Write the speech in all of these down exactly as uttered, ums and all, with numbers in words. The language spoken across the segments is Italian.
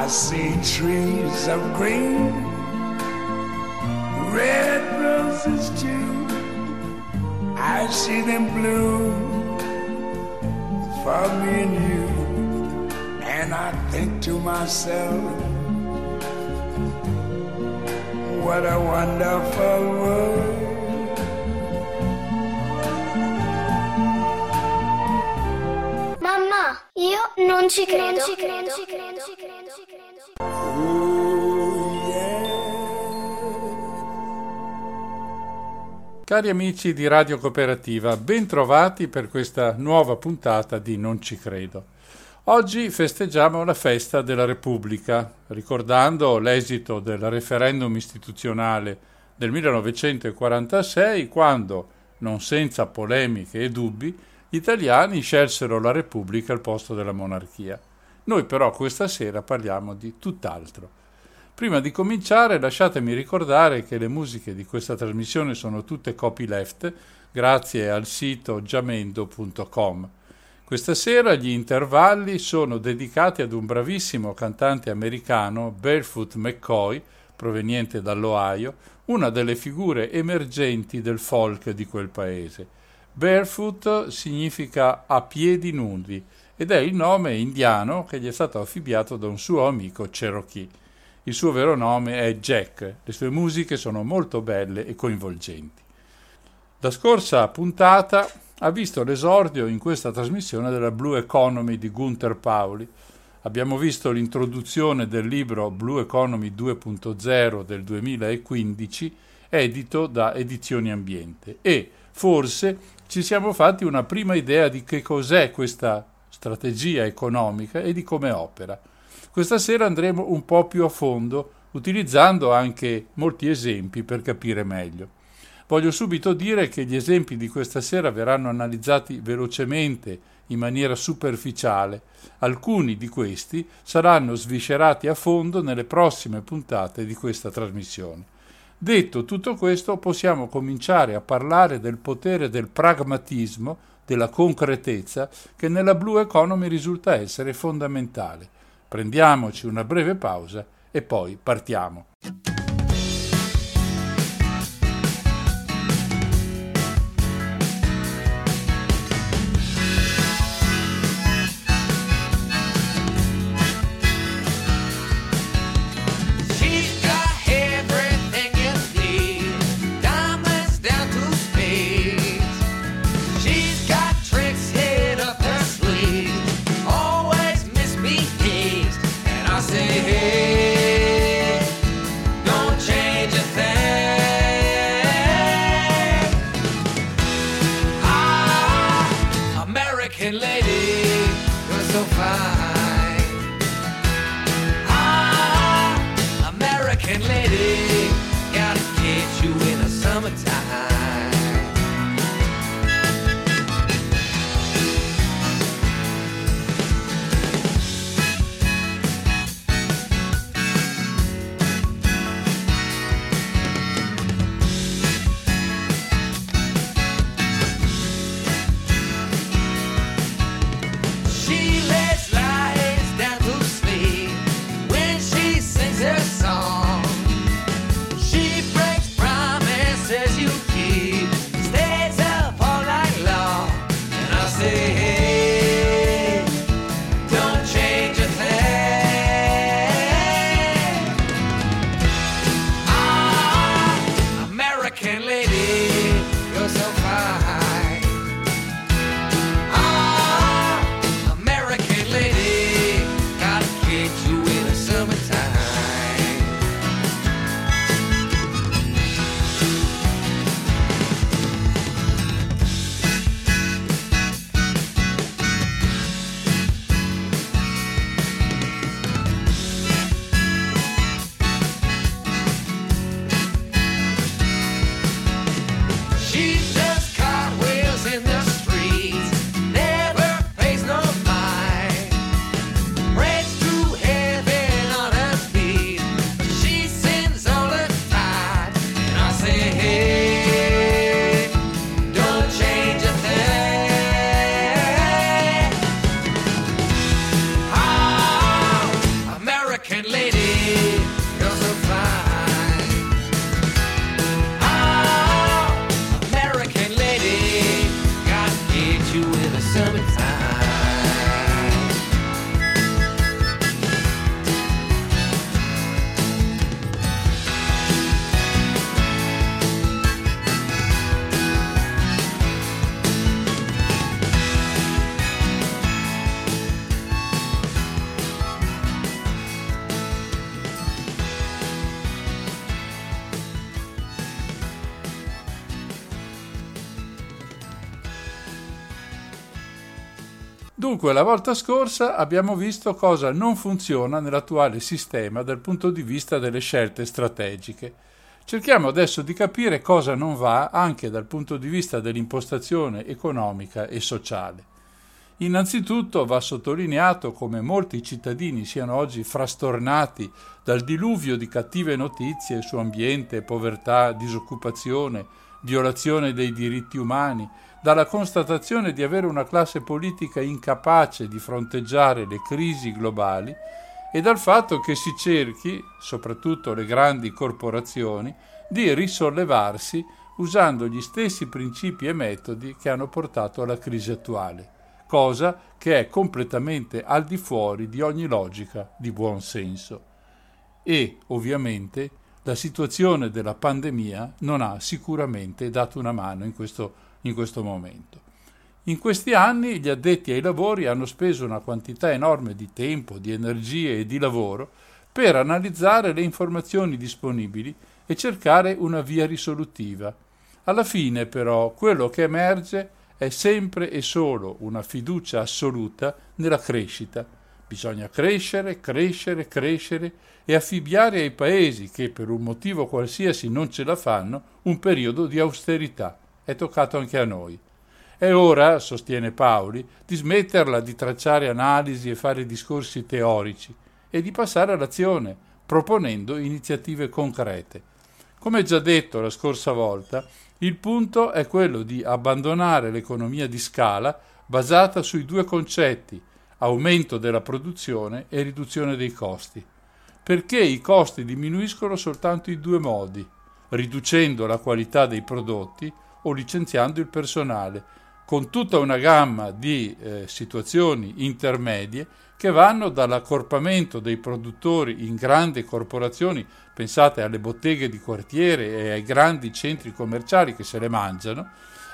see trees of green, red roses too. I see them bloom for me and you. And I think to myself, what a wonderful world. Mamma, io non ci credo, non ci credo, ci credo, ci credo, ci credo. Oh, yeah. Cari amici di Radio Cooperativa, ben trovati per questa nuova puntata di Non ci credo. Oggi festeggiamo la festa della Repubblica, ricordando l'esito del referendum istituzionale del millenovecentoquarantasei, quando, non senza polemiche e dubbi, gli italiani scelsero la Repubblica al posto della monarchia. Noi però questa sera parliamo di tutt'altro. Prima di cominciare lasciatemi ricordare che le musiche di questa trasmissione sono tutte copyleft grazie al sito jamendo punto com. Questa sera gli intervalli sono dedicati ad un bravissimo cantante americano, Barefoot McCoy, proveniente dall'Ohio, una delle figure emergenti del folk di quel paese. Barefoot significa a piedi nudi ed è il nome indiano che gli è stato affibbiato da un suo amico Cherokee. Il suo vero nome è Jack, le sue musiche sono molto belle e coinvolgenti. La scorsa puntata ha visto l'esordio in questa trasmissione della Blue Economy di Gunther Pauli. Abbiamo visto l'introduzione del libro Blue Economy due punto zero del duemilaquindici, edito da Edizioni Ambiente, e forse ci siamo fatti una prima idea di che cos'è questa strategia economica e di come opera. Questa sera andremo un po' più a fondo, utilizzando anche molti esempi per capire meglio. Voglio subito dire che gli esempi di questa sera verranno analizzati velocemente, in maniera superficiale. Alcuni di questi saranno sviscerati a fondo nelle prossime puntate di questa trasmissione. Detto tutto questo, possiamo cominciare a parlare del potere del pragmatismo, della concretezza, che nella Blue Economy risulta essere fondamentale. Prendiamoci una breve pausa e poi partiamo. Dunque, la volta scorsa abbiamo visto cosa non funziona nell'attuale sistema dal punto di vista delle scelte strategiche. Cerchiamo adesso di capire cosa non va anche dal punto di vista dell'impostazione economica e sociale. Innanzitutto va sottolineato come molti cittadini siano oggi frastornati dal diluvio di cattive notizie su ambiente, povertà, disoccupazione, violazione dei diritti umani, dalla constatazione di avere una classe politica incapace di fronteggiare le crisi globali e dal fatto che si cerchi, soprattutto le grandi corporazioni, di risollevarsi usando gli stessi principi e metodi che hanno portato alla crisi attuale, cosa che è completamente al di fuori di ogni logica di buon senso. E, ovviamente, la situazione della pandemia non ha sicuramente dato una mano in questo in questo momento. In questi anni gli addetti ai lavori hanno speso una quantità enorme di tempo, di energie e di lavoro per analizzare le informazioni disponibili e cercare una via risolutiva. Alla fine, però, quello che emerge è sempre e solo una fiducia assoluta nella crescita. Bisogna crescere, crescere, crescere e affibbiare ai paesi che per un motivo qualsiasi non ce la fanno un periodo di austerità. È toccato anche a noi. È ora, sostiene Paoli, di smetterla di tracciare analisi e fare discorsi teorici e di passare all'azione, proponendo iniziative concrete. Come già detto la scorsa volta, il punto è quello di abbandonare l'economia di scala basata sui due concetti, aumento della produzione e riduzione dei costi. Perché i costi diminuiscono soltanto in due modi, riducendo la qualità dei prodotti o licenziando il personale, con tutta una gamma di eh, situazioni intermedie che vanno dall'accorpamento dei produttori in grandi corporazioni, pensate alle botteghe di quartiere e ai grandi centri commerciali che se le mangiano,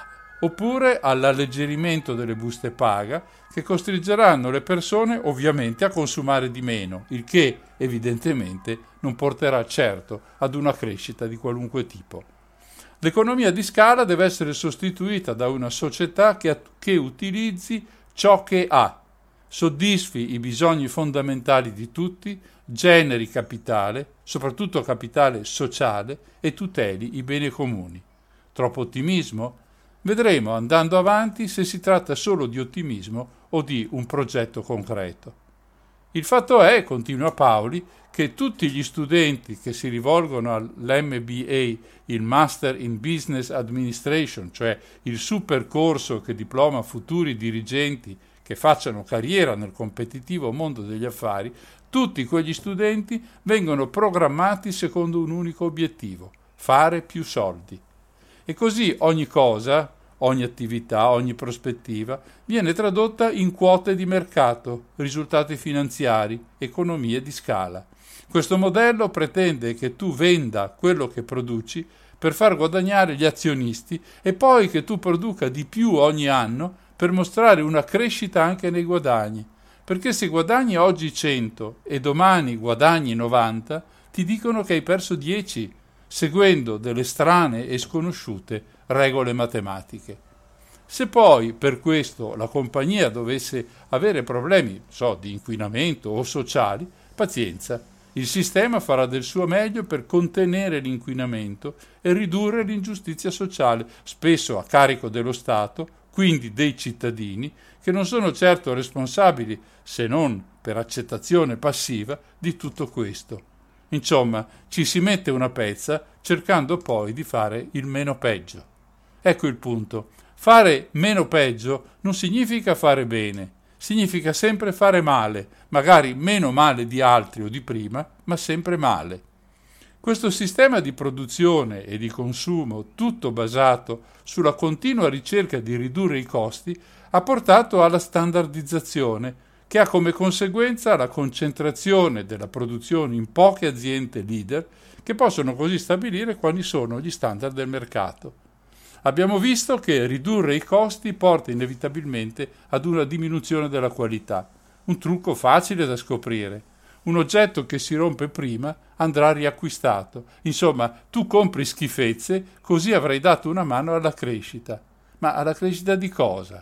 oppure all'alleggerimento delle buste paga che costringeranno le persone ovviamente a consumare di meno, il che evidentemente non porterà certo ad una crescita di qualunque tipo. L'economia di scala deve essere sostituita da una società che, che utilizzi ciò che ha, soddisfi i bisogni fondamentali di tutti, generi capitale, soprattutto capitale sociale, e tuteli i beni comuni. Troppo ottimismo? Vedremo andando avanti se si tratta solo di ottimismo o di un progetto concreto. Il fatto è, continua Paoli, che tutti gli studenti che si rivolgono all'M B A, il Master in Business Administration, cioè il super corso che diploma futuri dirigenti che facciano carriera nel competitivo mondo degli affari, tutti quegli studenti vengono programmati secondo un unico obiettivo: fare più soldi. E così ogni cosa, ogni attività, ogni prospettiva viene tradotta in quote di mercato, risultati finanziari, economie di scala. Questo modello pretende che tu venda quello che produci per far guadagnare gli azionisti e poi che tu produca di più ogni anno per mostrare una crescita anche nei guadagni. Perché se guadagni oggi cento e domani guadagni novanta, ti dicono che hai perso dieci, seguendo delle strane e sconosciute regole matematiche. Se poi per questo la compagnia dovesse avere problemi, so, di inquinamento o sociali, pazienza. Il sistema farà del suo meglio per contenere l'inquinamento e ridurre l'ingiustizia sociale, spesso a carico dello Stato, quindi dei cittadini, che non sono certo responsabili, se non per accettazione passiva, di tutto questo. Insomma, ci si mette una pezza cercando poi di fare il meno peggio. Ecco il punto. Fare meno peggio non significa fare bene. Significa sempre fare male, magari meno male di altri o di prima, ma sempre male. Questo sistema di produzione e di consumo, tutto basato sulla continua ricerca di ridurre i costi, ha portato alla standardizzazione, che ha come conseguenza la concentrazione della produzione in poche aziende leader, che possono così stabilire quali sono gli standard del mercato. Abbiamo visto che ridurre i costi porta inevitabilmente ad una diminuzione della qualità. Un trucco facile da scoprire. Un oggetto che si rompe prima andrà riacquistato. Insomma, tu compri schifezze, così avrai dato una mano alla crescita. Ma alla crescita di cosa?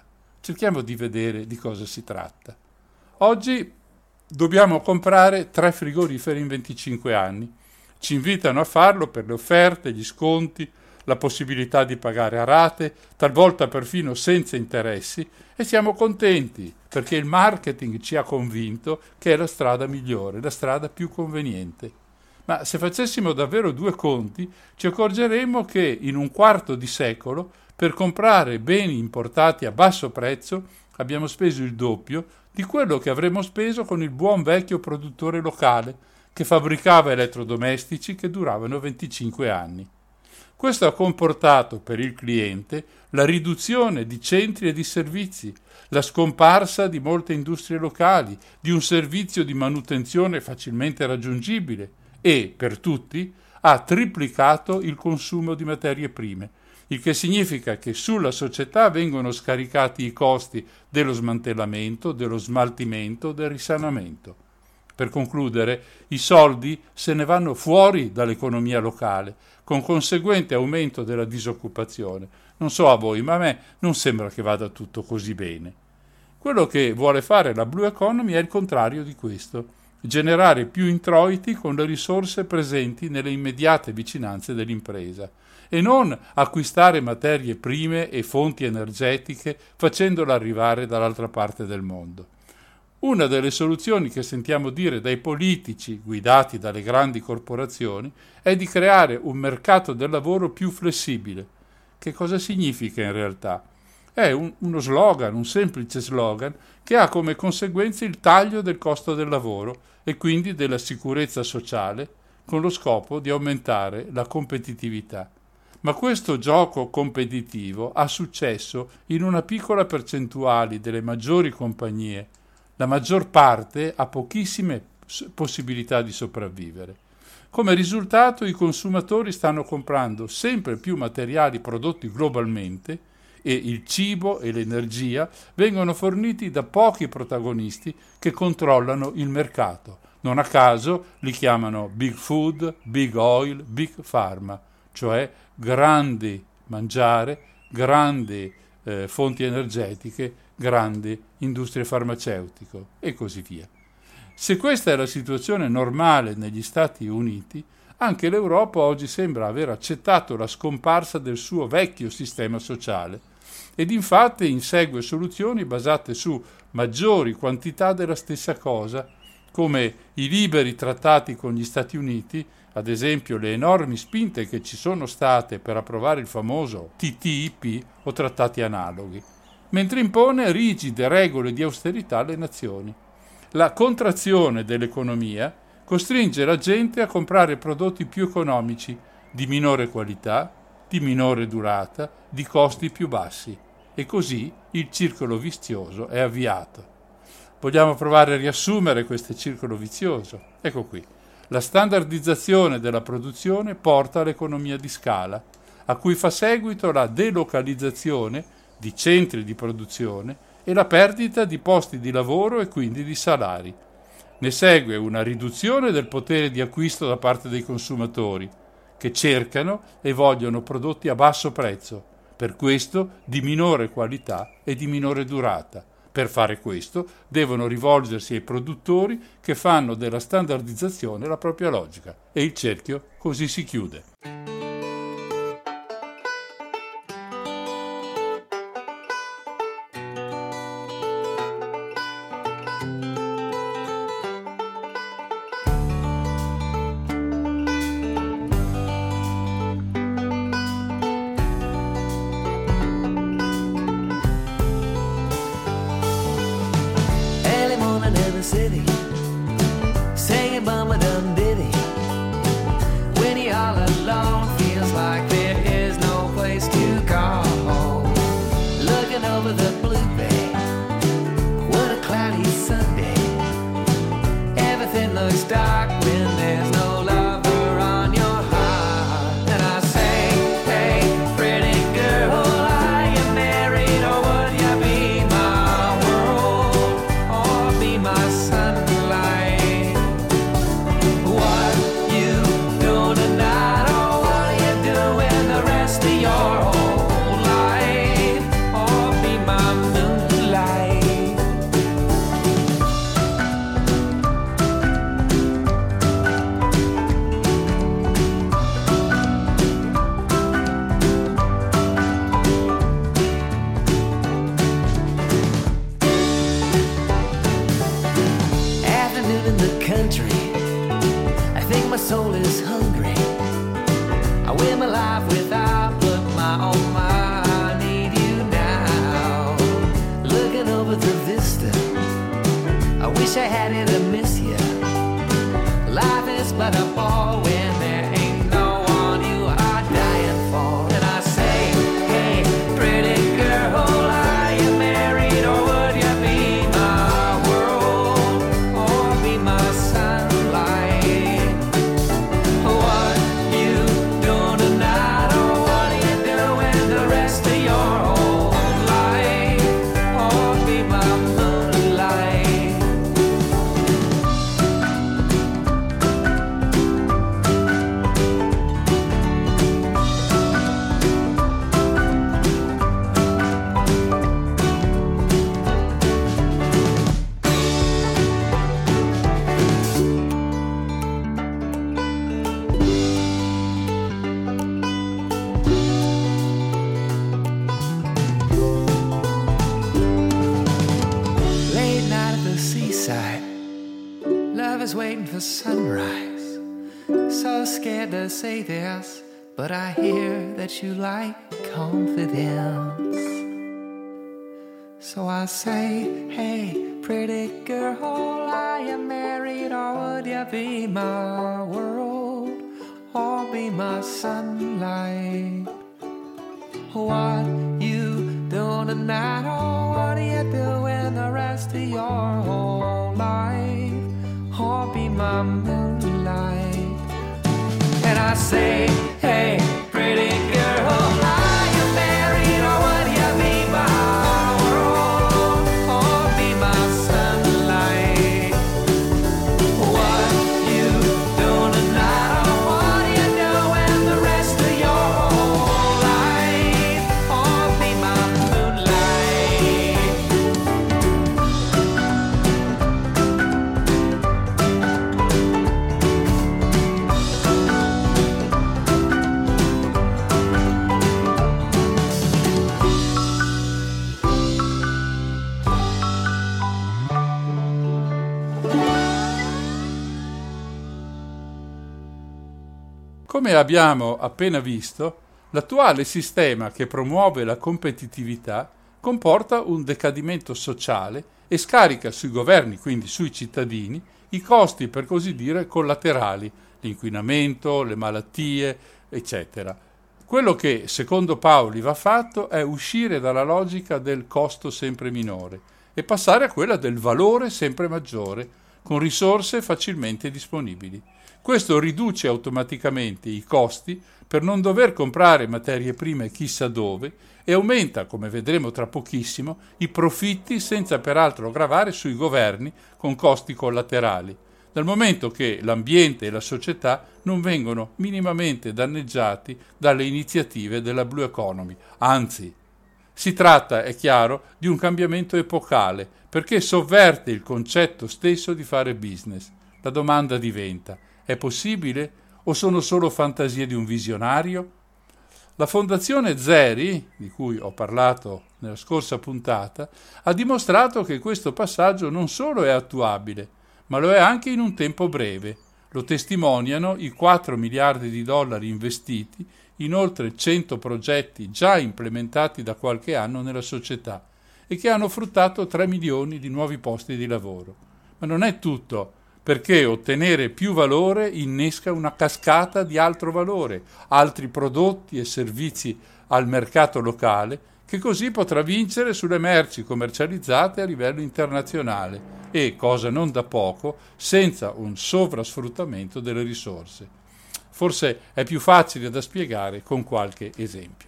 Cerchiamo di vedere di cosa si tratta. Oggi dobbiamo comprare tre frigoriferi in venticinque anni. Ci invitano a farlo per le offerte, gli sconti, la possibilità di pagare a rate, talvolta perfino senza interessi, e siamo contenti perché il marketing ci ha convinto che è la strada migliore, la strada più conveniente. Ma se facessimo davvero due conti, ci accorgeremmo che in un quarto di secolo, per comprare beni importati a basso prezzo, abbiamo speso il doppio di quello che avremmo speso con il buon vecchio produttore locale, che fabbricava elettrodomestici che duravano venticinque anni. Questo ha comportato per il cliente la riduzione di centri e di servizi, la scomparsa di molte industrie locali, di un servizio di manutenzione facilmente raggiungibile e, per tutti, ha triplicato il consumo di materie prime, il che significa che sulla società vengono scaricati i costi dello smantellamento, dello smaltimento, del risanamento. Per concludere, i soldi se ne vanno fuori dall'economia locale, con conseguente aumento della disoccupazione. Non so a voi, ma a me non sembra che vada tutto così bene. Quello che vuole fare la Blue Economy è il contrario di questo: generare più introiti con le risorse presenti nelle immediate vicinanze dell'impresa e non acquistare materie prime e fonti energetiche facendole arrivare dall'altra parte del mondo. Una delle soluzioni che sentiamo dire dai politici guidati dalle grandi corporazioni è di creare un mercato del lavoro più flessibile. Che cosa significa in realtà? È un, uno slogan, un semplice slogan che ha come conseguenza il taglio del costo del lavoro e quindi della sicurezza sociale, con lo scopo di aumentare la competitività. Ma questo gioco competitivo ha successo in una piccola percentuale delle maggiori compagnie. La maggior parte ha pochissime possibilità di sopravvivere. Come risultato, i consumatori stanno comprando sempre più materiali prodotti globalmente e il cibo e l'energia vengono forniti da pochi protagonisti che controllano il mercato. Non a caso li chiamano Big Food, Big Oil, Big Pharma, cioè grandi mangiare, grandi eh, fonti energetiche, grandi industrie farmaceutiche e così via. Se questa è la situazione normale negli Stati Uniti, anche l'Europa oggi sembra aver accettato la scomparsa del suo vecchio sistema sociale ed infatti insegue soluzioni basate su maggiori quantità della stessa cosa, come i liberi trattati con gli Stati Uniti, ad esempio le enormi spinte che ci sono state per approvare il famoso T T I P o trattati analoghi, mentre impone rigide regole di austerità alle nazioni. La contrazione dell'economia costringe la gente a comprare prodotti più economici, di minore qualità, di minore durata, di costi più bassi, e così il circolo vizioso è avviato. Vogliamo provare a riassumere questo circolo vizioso? Ecco qui. La standardizzazione della produzione porta all'economia di scala, a cui fa seguito la delocalizzazione di centri di produzione e la perdita di posti di lavoro e quindi di salari. Ne segue una riduzione del potere di acquisto da parte dei consumatori, che cercano e vogliono prodotti a basso prezzo, per questo di minore qualità e di minore durata. Per fare questo devono rivolgersi ai produttori che fanno della standardizzazione la propria logica e il cerchio così si chiude. City, singing Bumba Dum Diddy. When you're all alone, feels like there is no place to go. Looking over the blue bay, what a cloudy Sunday. Everything looks dark when there's no lover on your heart. And I say, hey, pretty girl, are you married or would you be my world or be my sunlight? What you doing tonight or what are you doing the rest of your whole life? Or be my moonlight? wish I had it to miss you. Life is but a ball when there ain't no one you are dying for. And I say, hey, pretty girl, are you married or would you be my world or be my sunlight? What you doing tonight or what are you doing the rest of your whole life? Or be my moonlight? Late night at the seaside, love is waiting for sunrise. So scared to say this, but I hear that you like confidence. So I say, hey, pretty girl, are you married or would you be my world or be my sunlight? What you doing tonight or what are you doing the rest of your whole life? Or be my moonlight? And I say, hey, pretty girl, are you married or would you be my world or be my sunlight? What you doing tonight or what are you doing the rest of your whole life? Or be my moonlight? Come abbiamo appena visto, l'attuale sistema che promuove la competitività comporta un decadimento sociale e scarica sui governi, quindi sui cittadini, i costi per così dire collaterali, l'inquinamento, le malattie, eccetera. Quello che, secondo Paoli, va fatto è uscire dalla logica del costo sempre minore e passare a quella del valore sempre maggiore, con risorse facilmente disponibili. Questo riduce automaticamente i costi per non dover comprare materie prime chissà dove e aumenta, come vedremo tra pochissimo, i profitti senza peraltro gravare sui governi con costi collaterali, dal momento che l'ambiente e la società non vengono minimamente danneggiati dalle iniziative della Blue Economy. Anzi, si tratta, è chiaro, di un cambiamento epocale perché sovverte il concetto stesso di fare business. La domanda diventa: è possibile o sono solo fantasie di un visionario? La Fondazione Zeri, di cui ho parlato nella scorsa puntata, ha dimostrato che questo passaggio non solo è attuabile, ma lo è anche in un tempo breve. Lo testimoniano i quattro miliardi di dollari investiti in oltre cento progetti già implementati da qualche anno nella società e che hanno fruttato tre milioni di nuovi posti di lavoro. Ma non è tutto, perché ottenere più valore innesca una cascata di altro valore, altri prodotti e servizi al mercato locale, che così potrà vincere sulle merci commercializzate a livello internazionale e, cosa non da poco, senza un sovrasfruttamento delle risorse. Forse è più facile da spiegare con qualche esempio.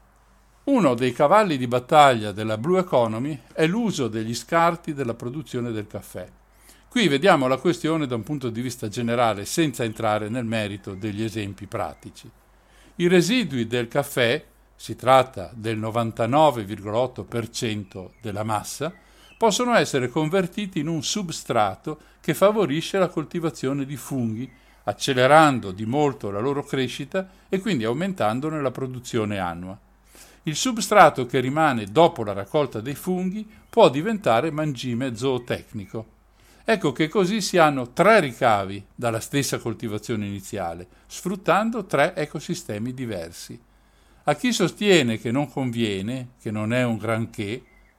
Uno dei cavalli di battaglia della Blue Economy è l'uso degli scarti della produzione del caffè. Qui vediamo la questione da un punto di vista generale, senza entrare nel merito degli esempi pratici. I residui del caffè, si tratta del novantanove virgola otto per cento della massa, possono essere convertiti in un substrato che favorisce la coltivazione di funghi, accelerando di molto la loro crescita e quindi aumentandone la produzione annua. Il substrato che rimane dopo la raccolta dei funghi può diventare mangime zootecnico. Ecco che così si hanno tre ricavi dalla stessa coltivazione iniziale, sfruttando tre ecosistemi diversi. A chi sostiene che non conviene, che non è un granché,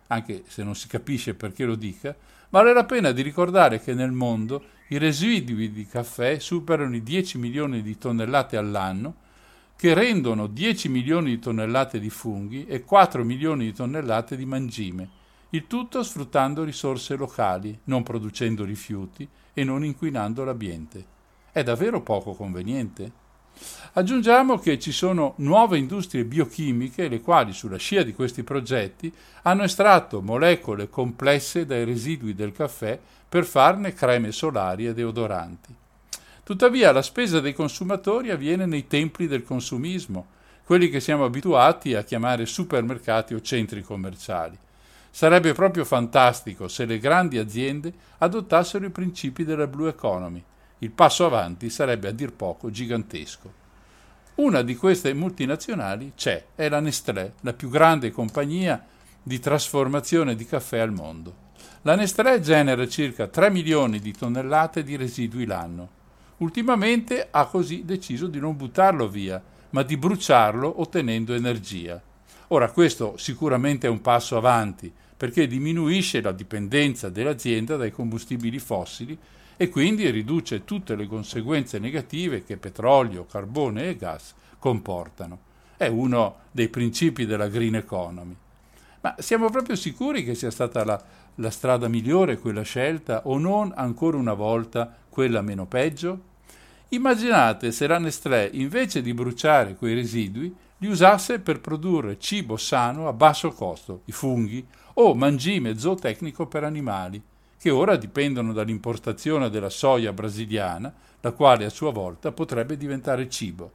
anche se non si capisce perché lo dica, vale la pena di ricordare che nel mondo i residui di caffè superano i dieci milioni di tonnellate all'anno, che rendono dieci milioni di tonnellate di funghi e quattro milioni di tonnellate di mangime, il tutto sfruttando risorse locali, non producendo rifiuti e non inquinando l'ambiente. È davvero poco conveniente? Aggiungiamo che ci sono nuove industrie biochimiche le quali, sulla scia di questi progetti, hanno estratto molecole complesse dai residui del caffè per farne creme solari e deodoranti. Tuttavia la spesa dei consumatori avviene nei templi del consumismo, quelli che siamo abituati a chiamare supermercati o centri commerciali. Sarebbe proprio fantastico se le grandi aziende adottassero i principi della Blue Economy. Il passo avanti sarebbe a dir poco gigantesco. Una di queste multinazionali c'è, è la Nestlé, la più grande compagnia di trasformazione di caffè al mondo. La Nestlé genera circa tre milioni di tonnellate di residui l'anno. Ultimamente ha così deciso di non buttarlo via, ma di bruciarlo ottenendo energia. Ora, questo sicuramente è un passo avanti, perché diminuisce la dipendenza dell'azienda dai combustibili fossili e quindi riduce tutte le conseguenze negative che petrolio, carbone e gas comportano. È uno dei principi della green economy. Ma siamo proprio sicuri che sia stata la, la strada migliore quella scelta o non ancora una volta quella meno peggio? Immaginate se la Nestlé, invece di bruciare quei residui, li usasse per produrre cibo sano a basso costo, i funghi, o mangime zootecnico per animali, che ora dipendono dall'importazione della soia brasiliana, la quale a sua volta potrebbe diventare cibo.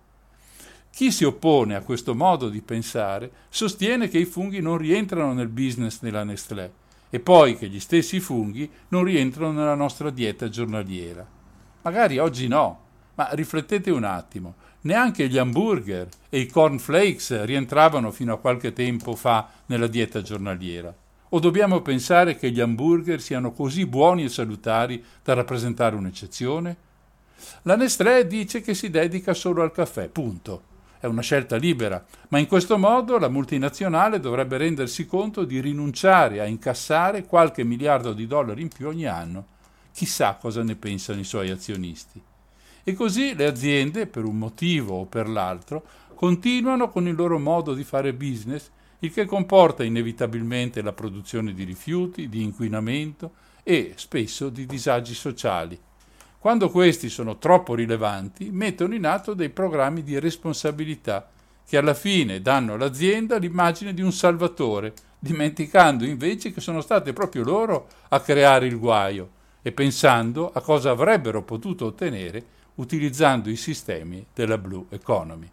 Chi si oppone a questo modo di pensare sostiene che i funghi non rientrano nel business della Nestlé e poi che gli stessi funghi non rientrano nella nostra dieta giornaliera. Magari oggi no, ma riflettete un attimo, neanche gli hamburger e i cornflakes rientravano fino a qualche tempo fa nella dieta giornaliera. O dobbiamo pensare che gli hamburger siano così buoni e salutari da rappresentare un'eccezione? La Nestlé dice che si dedica solo al caffè, punto. È una scelta libera, ma in questo modo la multinazionale dovrebbe rendersi conto di rinunciare a incassare qualche miliardo di dollari in più ogni anno. Chissà cosa ne pensano i suoi azionisti. E così le aziende, per un motivo o per l'altro, continuano con il loro modo di fare business, il che comporta inevitabilmente la produzione di rifiuti, di inquinamento e spesso di disagi sociali. Quando questi sono troppo rilevanti, mettono in atto dei programmi di responsabilità che alla fine danno all'azienda l'immagine di un salvatore, dimenticando invece che sono state proprio loro a creare il guaio e pensando a cosa avrebbero potuto ottenere utilizzando i sistemi della Blue Economy.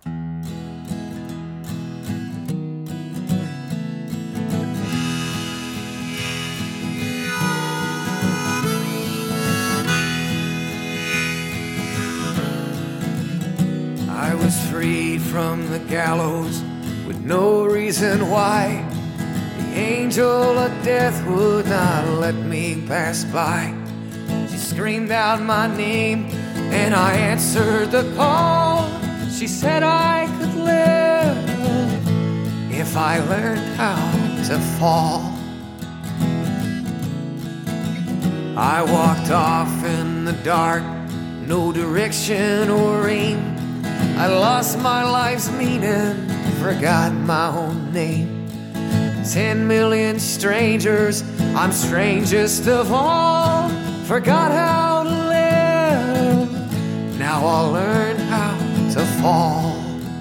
I was freed from the gallows with no reason why. The angel of death would not let me pass by. She screamed out my name and I answered the call. She said I could live if I learned how to fall. I walked off in the dark, no direction or aim. I lost my life's meaning, forgot my own name. Ten million strangers, I'm strangest of all. Forgot how to live, now I'll learn how to fall.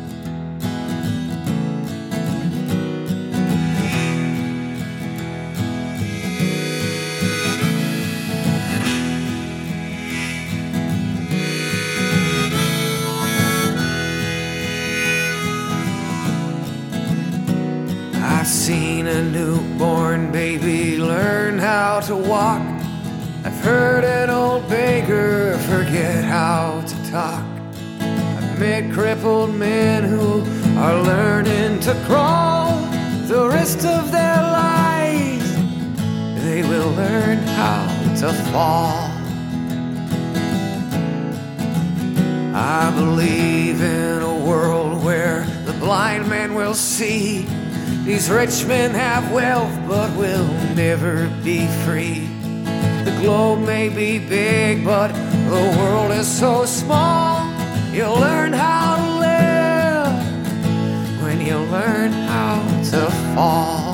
I've seen a newborn baby learn how to walk. I've heard an old beggar forget how to talk. I've met crippled men who are learning to crawl. The rest of their lives, they will learn how to fall. I believe in a world where the blind man will see, These rich men have wealth but will never be free. The globe may be big but the world is so small. You'll learn how to live when you learn how to fall.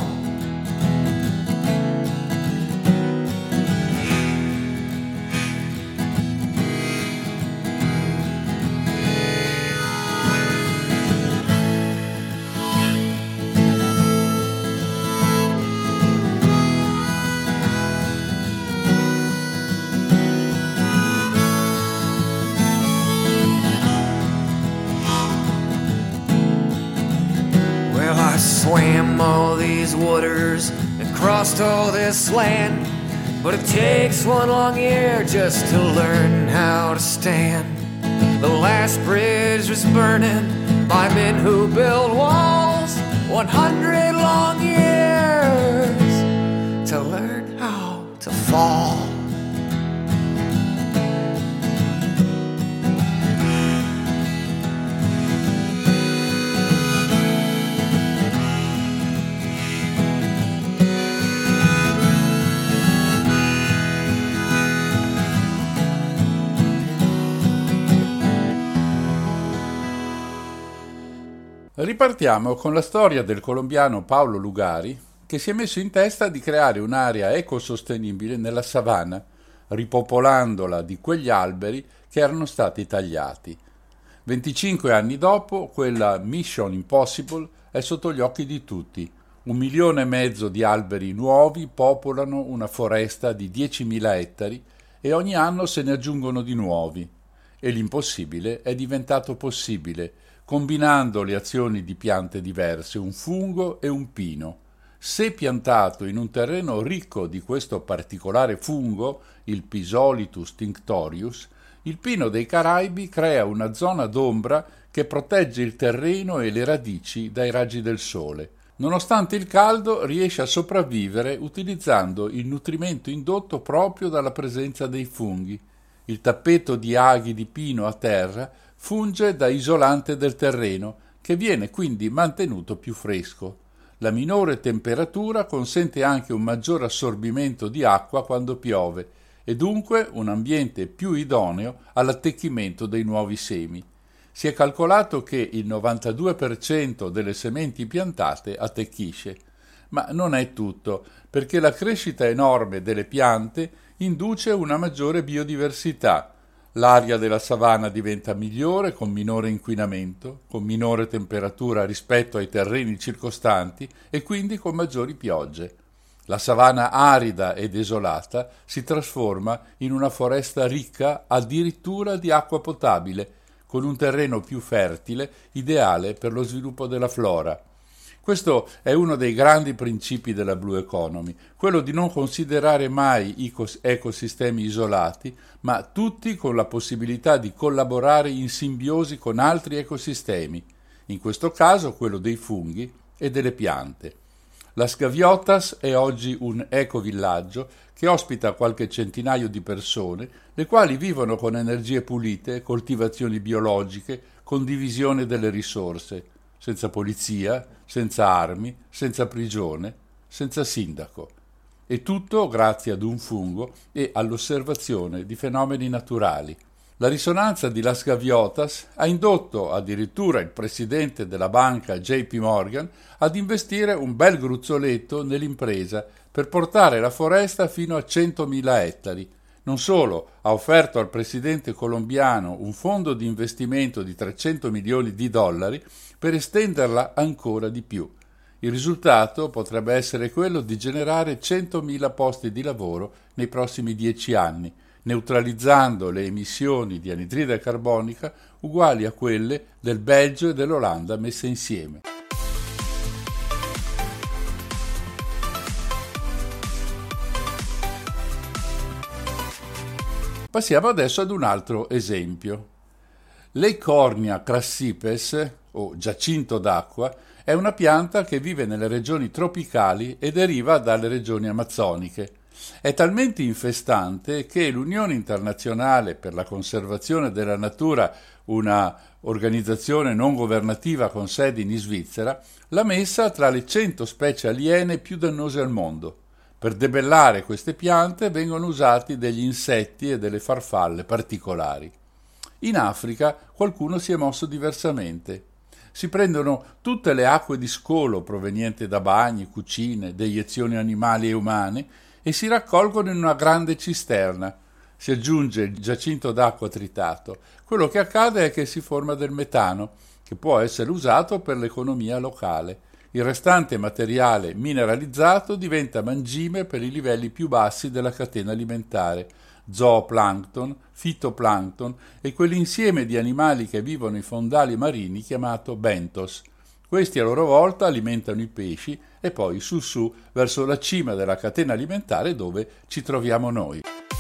I swam all these waters and crossed all this land, but it takes one long year just to learn how to stand. The last bridge was burning by men who build walls. One hundred long years to learn how to fall. Ripartiamo con la storia del colombiano Paolo Lugari, che si è messo in testa di creare un'area ecosostenibile nella savana, ripopolandola di quegli alberi che erano stati tagliati. venticinque anni dopo, quella Mission Impossible è sotto gli occhi di tutti. Un milione e mezzo di alberi nuovi popolano una foresta di diecimila ettari e ogni anno se ne aggiungono di nuovi. E l'impossibile è diventato possibile, combinando le azioni di piante diverse, un fungo e un pino. Se piantato in un terreno ricco di questo particolare fungo, il Physolithus tinctorius, il pino dei Caraibi crea una zona d'ombra che protegge il terreno e le radici dai raggi del sole. Nonostante il caldo, riesce a sopravvivere utilizzando il nutrimento indotto proprio dalla presenza dei funghi. Il tappeto di aghi di pino a terra funge da isolante del terreno, che viene quindi mantenuto più fresco. La minore temperatura consente anche un maggior assorbimento di acqua quando piove e dunque un ambiente più idoneo all'attecchimento dei nuovi semi. Si è calcolato che il novantadue per cento delle sementi piantate attecchisce. Ma non è tutto, perché la crescita enorme delle piante induce una maggiore biodiversità. L'aria della savana diventa migliore con minore inquinamento, con minore temperatura rispetto ai terreni circostanti e quindi con maggiori piogge. La savana arida e desolata si trasforma in una foresta ricca addirittura di acqua potabile, con un terreno più fertile, ideale per lo sviluppo della flora. Questo è uno dei grandi principi della Blue Economy, quello di non considerare mai i ecosistemi isolati, ma tutti con la possibilità di collaborare in simbiosi con altri ecosistemi, in questo caso quello dei funghi e delle piante. Las Gaviotas è oggi un ecovillaggio che ospita qualche centinaio di persone, le quali vivono con energie pulite, coltivazioni biologiche, condivisione delle risorse, senza polizia, senza armi, senza prigione, senza sindaco. E tutto grazie ad un fungo e all'osservazione di fenomeni naturali. La risonanza di Las Gaviotas ha indotto addirittura il presidente della banca J P Morgan ad investire un bel gruzzoletto nell'impresa per portare la foresta fino a centomila ettari. Non solo, ha offerto al presidente colombiano un fondo di investimento di trecento milioni di dollari per estenderla ancora di più. Il risultato potrebbe essere quello di generare centomila posti di lavoro nei prossimi dieci anni, neutralizzando le emissioni di anidride carbonica uguali a quelle del Belgio e dell'Olanda messe insieme. Passiamo adesso ad un altro esempio. L'Eichhornia crassipes, o giacinto d'acqua, è una pianta che vive nelle regioni tropicali e deriva dalle regioni amazzoniche. È talmente infestante che l'Unione Internazionale per la Conservazione della Natura, una organizzazione non governativa con sede in Svizzera, l'ha messa tra le cento specie aliene più dannose al mondo. Per debellare queste piante vengono usati degli insetti e delle farfalle particolari. In Africa qualcuno si è mosso diversamente. Si prendono tutte le acque di scolo provenienti da bagni, cucine, deiezioni animali e umane e si raccolgono in una grande cisterna. Si aggiunge il giacinto d'acqua tritato. Quello che accade è che si forma del metano, che può essere usato per l'economia locale. Il restante materiale mineralizzato diventa mangime per i livelli più bassi della catena alimentare, zooplancton, fitoplancton e quell'insieme di animali che vivono in fondali marini chiamato benthos. Questi a loro volta alimentano i pesci e poi su su verso la cima della catena alimentare dove ci troviamo noi.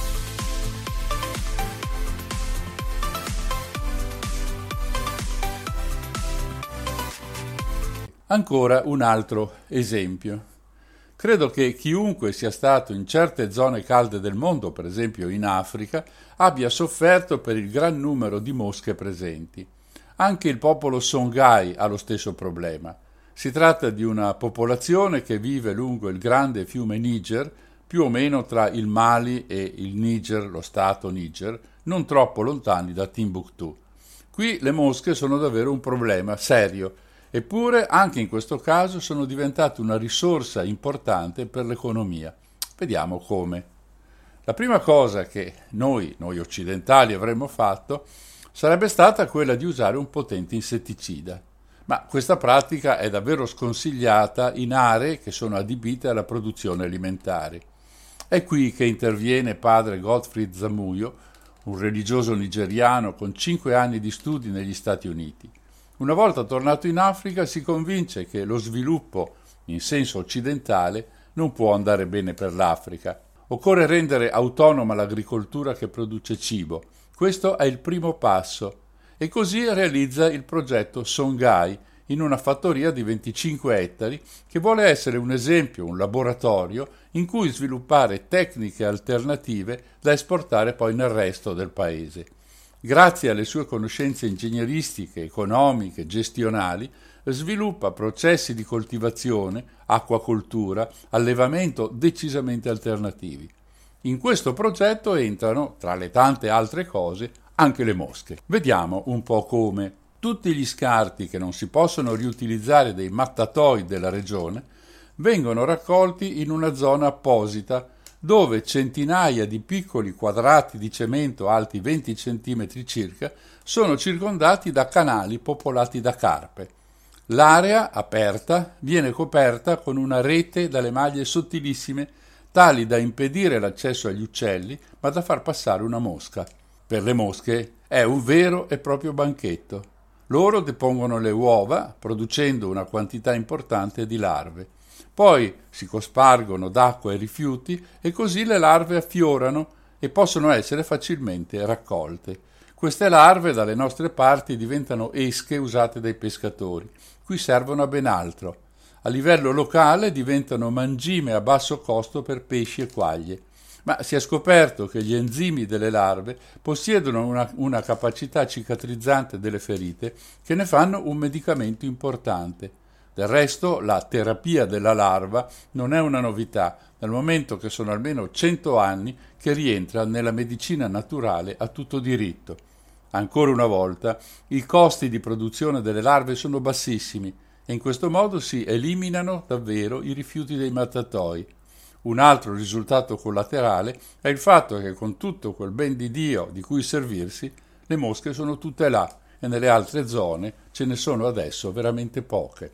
Ancora un altro esempio. Credo che chiunque sia stato in certe zone calde del mondo, per esempio in Africa, abbia sofferto per il gran numero di mosche presenti. Anche il popolo Songhai ha lo stesso problema. Si tratta di una popolazione che vive lungo il grande fiume Niger, più o meno tra il Mali e il Niger, lo stato Niger, non troppo lontani da Timbuktu. Qui le mosche sono davvero un problema serio. Eppure, anche in questo caso, sono diventate una risorsa importante per l'economia. Vediamo come. La prima cosa che noi, noi occidentali, avremmo fatto sarebbe stata quella di usare un potente insetticida. Ma questa pratica è davvero sconsigliata in aree che sono adibite alla produzione alimentare. È qui che interviene padre Gottfried Zamuyo, un religioso nigeriano con cinque anni di studi negli Stati Uniti. Una volta tornato in Africa si convince che lo sviluppo in senso occidentale non può andare bene per l'Africa. Occorre rendere autonoma l'agricoltura che produce cibo. Questo è il primo passo e così realizza il progetto Songhai in una fattoria di venticinque ettari che vuole essere un esempio, un laboratorio in cui sviluppare tecniche alternative da esportare poi nel resto del paese. Grazie alle sue conoscenze ingegneristiche, economiche, gestionali, sviluppa processi di coltivazione, acquacoltura, allevamento decisamente alternativi. In questo progetto entrano, tra le tante altre cose, anche le mosche. Vediamo un po' come. Tutti gli scarti che non si possono riutilizzare dei mattatoi della regione vengono raccolti in una zona apposita dove centinaia di piccoli quadrati di cemento alti venti centimetri circa sono circondati da canali popolati da carpe. L'area aperta viene coperta con una rete dalle maglie sottilissime tali da impedire l'accesso agli uccelli ma da far passare una mosca. Per le mosche è un vero e proprio banchetto. Loro depongono le uova producendo una quantità importante di larve. Poi si cospargono d'acqua e rifiuti e così le larve affiorano e possono essere facilmente raccolte. Queste larve dalle nostre parti diventano esche usate dai pescatori. Qui servono a ben altro. A livello locale diventano mangime a basso costo per pesci e quaglie. Ma si è scoperto che gli enzimi delle larve possiedono una, una capacità cicatrizzante delle ferite che ne fanno un medicamento importante. Del resto, la terapia della larva non è una novità, dal momento che sono almeno cento anni che rientra nella medicina naturale a tutto diritto. Ancora una volta, i costi di produzione delle larve sono bassissimi e in questo modo si eliminano davvero i rifiuti dei mattatoi. Un altro risultato collaterale è il fatto che con tutto quel ben di Dio di cui servirsi, le mosche sono tutte là e nelle altre zone ce ne sono adesso veramente poche.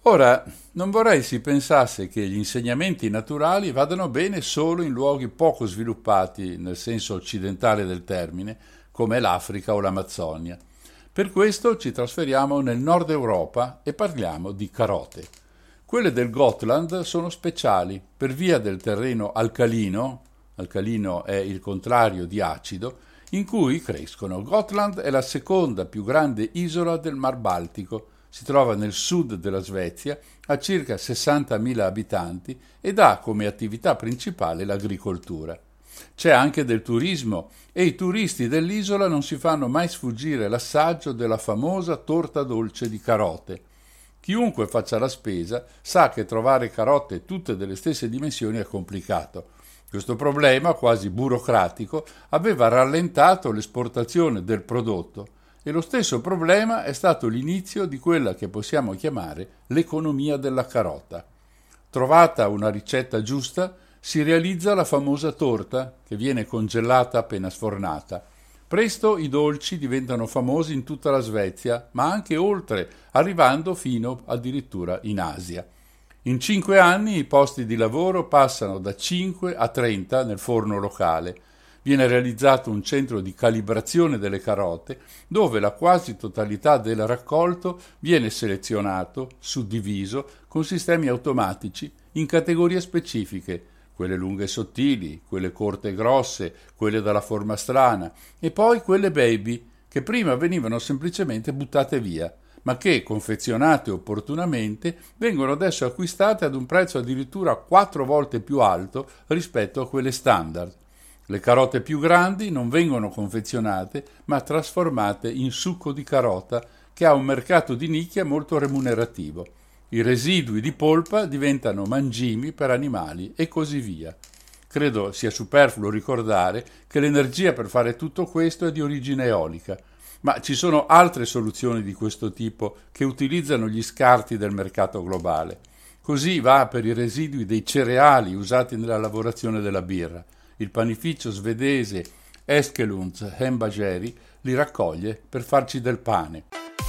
Ora, non vorrei si pensasse che gli insegnamenti naturali vadano bene solo in luoghi poco sviluppati, nel senso occidentale del termine, come l'Africa o l'Amazzonia. Per questo ci trasferiamo nel nord Europa e parliamo di carote. Quelle del Gotland sono speciali per via del terreno alcalino, alcalino è il contrario di acido, in cui crescono. Gotland è la seconda più grande isola del Mar Baltico. Si trova nel sud della Svezia, ha circa sessantamila abitanti ed ha come attività principale l'agricoltura. C'è anche del turismo e i turisti dell'isola non si fanno mai sfuggire l'assaggio della famosa torta dolce di carote. Chiunque faccia la spesa sa che trovare carote tutte delle stesse dimensioni è complicato. Questo problema, quasi burocratico, aveva rallentato l'esportazione del prodotto. E lo stesso problema è stato l'inizio di quella che possiamo chiamare l'economia della carota. Trovata una ricetta giusta, si realizza la famosa torta, che viene congelata appena sfornata. Presto i dolci diventano famosi in tutta la Svezia, ma anche oltre, arrivando fino addirittura in Asia. In cinque anni i posti di lavoro passano da cinque a trenta nel forno locale. Viene realizzato un centro di calibrazione delle carote, dove la quasi totalità del raccolto viene selezionato, suddiviso, con sistemi automatici, in categorie specifiche, quelle lunghe e sottili, quelle corte e grosse, quelle dalla forma strana, e poi quelle baby, che prima venivano semplicemente buttate via, ma che, confezionate opportunamente, vengono adesso acquistate ad un prezzo addirittura quattro volte più alto rispetto a quelle standard. Le carote più grandi non vengono confezionate, ma trasformate in succo di carota, che ha un mercato di nicchia molto remunerativo. I residui di polpa diventano mangimi per animali e così via. Credo sia superfluo ricordare che l'energia per fare tutto questo è di origine eolica, ma ci sono altre soluzioni di questo tipo che utilizzano gli scarti del mercato globale. Così va per i residui dei cereali usati nella lavorazione della birra. Il panificio svedese Eskelunds Hembageri li raccoglie per farci del pane.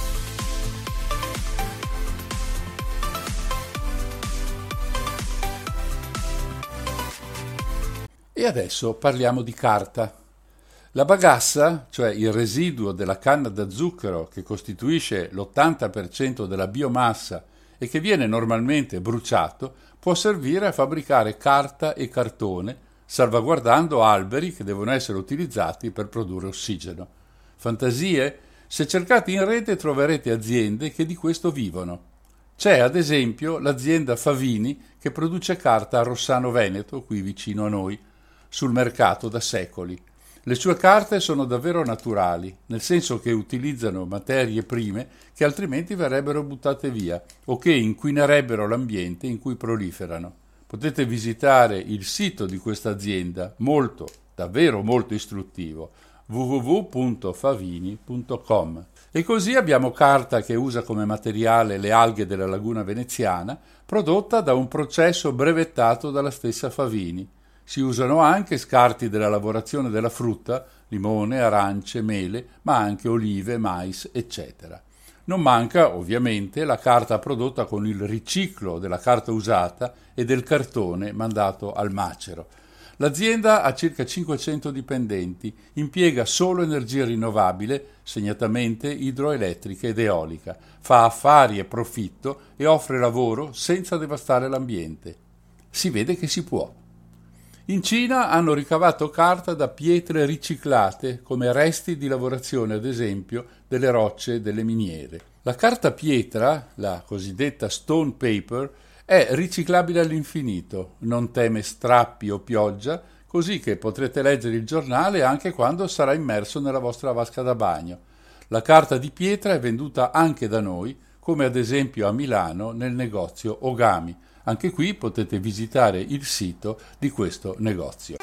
E adesso parliamo di carta. La bagassa, cioè il residuo della canna da zucchero che costituisce l'ottanta per cento della biomassa e che viene normalmente bruciato, può servire a fabbricare carta e cartone, salvaguardando alberi che devono essere utilizzati per produrre ossigeno. Fantasie? Se cercate in rete troverete aziende che di questo vivono. C'è ad esempio l'azienda Favini che produce carta a Rossano Veneto, qui vicino a noi, sul mercato da secoli. Le sue carte sono davvero naturali, nel senso che utilizzano materie prime che altrimenti verrebbero buttate via o che inquinerebbero l'ambiente in cui proliferano. Potete visitare il sito di questa azienda, molto, davvero molto istruttivo, w w w punto favini punto com. E così abbiamo carta che usa come materiale le alghe della laguna veneziana, prodotta da un processo brevettato dalla stessa Favini. Si usano anche scarti della lavorazione della frutta, limone, arance, mele, ma anche olive, mais, eccetera. Non manca, ovviamente, la carta prodotta con il riciclo della carta usata e del cartone mandato al macero. L'azienda ha circa cinquecento dipendenti, impiega solo energia rinnovabile, segnatamente idroelettrica ed eolica, fa affari e profitto e offre lavoro senza devastare l'ambiente. Si vede che si può. In Cina hanno ricavato carta da pietre riciclate come resti di lavorazione, ad esempio, delle rocce delle miniere. La carta pietra, la cosiddetta stone paper, è riciclabile all'infinito, non teme strappi o pioggia, così che potrete leggere il giornale anche quando sarà immerso nella vostra vasca da bagno. La carta di pietra è venduta anche da noi, come ad esempio a Milano nel negozio Ogami. Anche qui potete visitare il sito di questo negozio.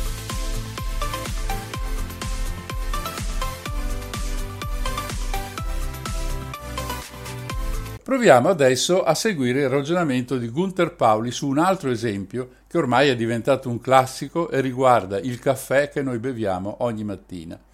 Proviamo adesso a seguire il ragionamento di Gunther Pauli su un altro esempio che ormai è diventato un classico e riguarda il caffè che noi beviamo ogni mattina.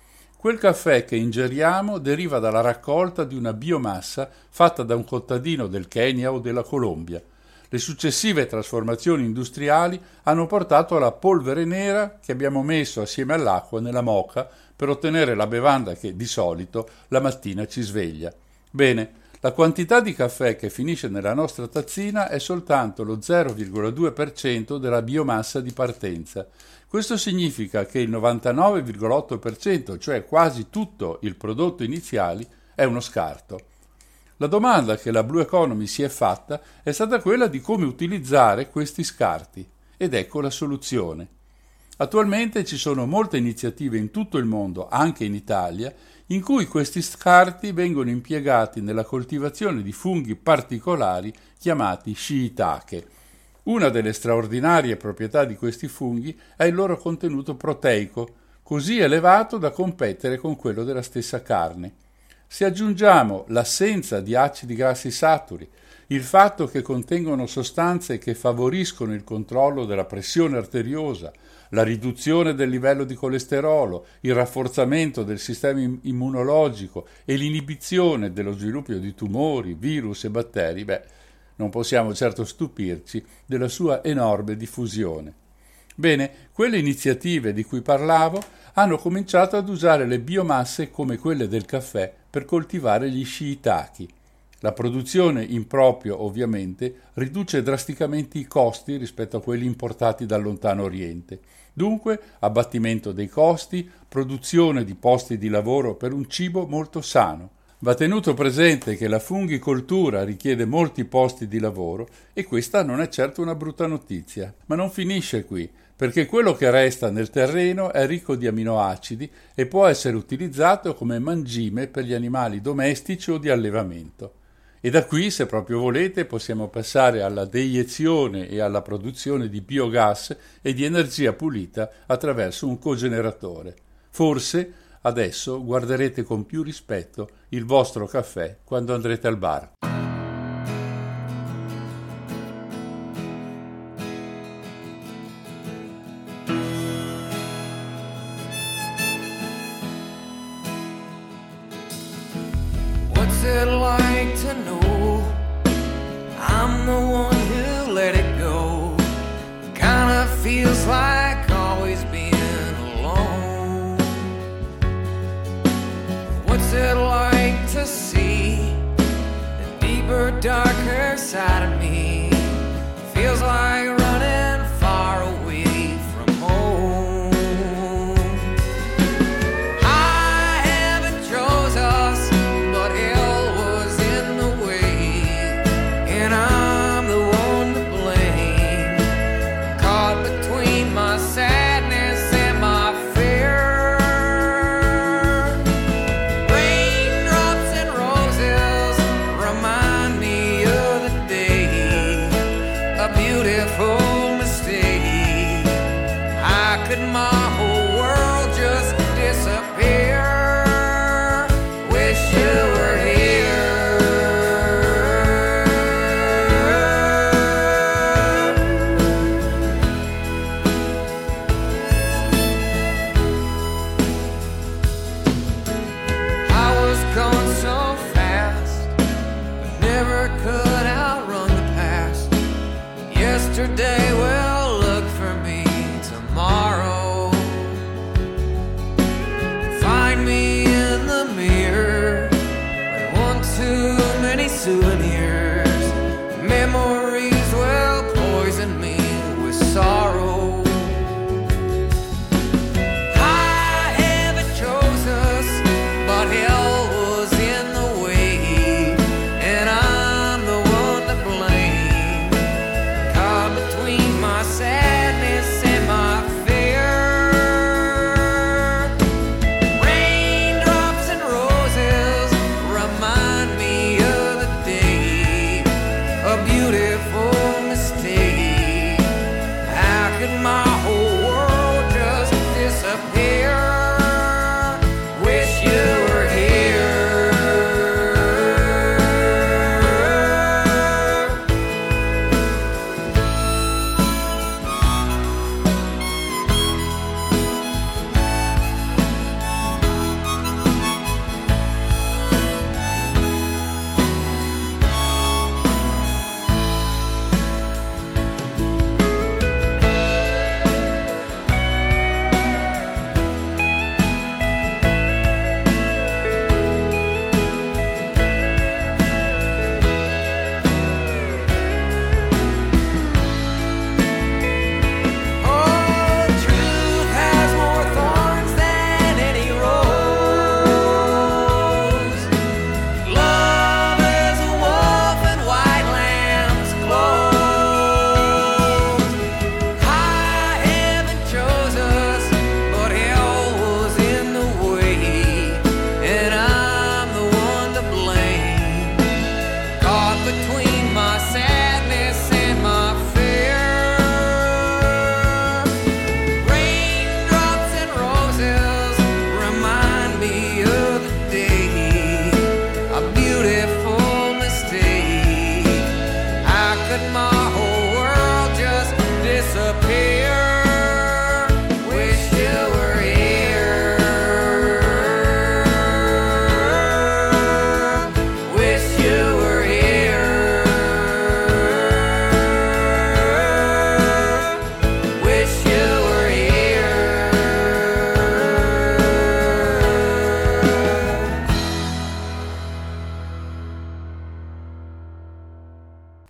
Quel caffè che ingeriamo deriva dalla raccolta di una biomassa fatta da un contadino del Kenya o della Colombia. Le successive trasformazioni industriali hanno portato alla polvere nera che abbiamo messo assieme all'acqua nella moka per ottenere la bevanda che di solito la mattina ci sveglia. Bene, la quantità di caffè che finisce nella nostra tazzina è soltanto lo zero virgola due per cento della biomassa di partenza. Questo significa che il novantanove virgola otto per cento, cioè quasi tutto il prodotto iniziale, è uno scarto. La domanda che la Blue Economy si è fatta è stata quella di come utilizzare questi scarti, ed ecco la soluzione. Attualmente ci sono molte iniziative in tutto il mondo, anche in Italia, in cui questi scarti vengono impiegati nella coltivazione di funghi particolari chiamati shiitake. Una delle straordinarie proprietà di questi funghi è il loro contenuto proteico, così elevato da competere con quello della stessa carne. Se aggiungiamo l'assenza di acidi grassi saturi, il fatto che contengono sostanze che favoriscono il controllo della pressione arteriosa, la riduzione del livello di colesterolo, il rafforzamento del sistema immunologico e l'inibizione dello sviluppo di tumori, virus e batteri, beh, non possiamo certo stupirci della sua enorme diffusione. Bene, quelle iniziative di cui parlavo hanno cominciato ad usare le biomasse come quelle del caffè per coltivare gli shiitake. La produzione in proprio, ovviamente, riduce drasticamente i costi rispetto a quelli importati dal lontano Oriente. Dunque, abbattimento dei costi, produzione di posti di lavoro per un cibo molto sano. Va tenuto presente che la fungicoltura richiede molti posti di lavoro e questa non è certo una brutta notizia. Ma non finisce qui, perché quello che resta nel terreno è ricco di aminoacidi e può essere utilizzato come mangime per gli animali domestici o di allevamento. E da qui, se proprio volete, possiamo passare alla deiezione e alla produzione di biogas e di energia pulita attraverso un cogeneratore. Forse adesso guarderete con più rispetto il vostro caffè quando andrete al bar. What's it like to know I'm the one who let it go? Kinda feels like always being alone. What's it like to see the deeper, darker side of me? Feels like running far away from home. I haven't chose us, but hell was in the way, and I'm the one to blame. Caught between my sadness and my fear. Raindrops and roses remind me of the day, a beautiful mistake. I could my whole world just disappear. Wish you were here. I was going so fast, but never could outrun the past. Yesterday will look for me tomorrow. Find me in the mirror with one too many souvenirs. Memories will poison me with sorrow. I haven't chose us, but hell was in the way, and I'm the one to blame. Caught between my sadness and my fear. Raindrops and roses remind me of the day,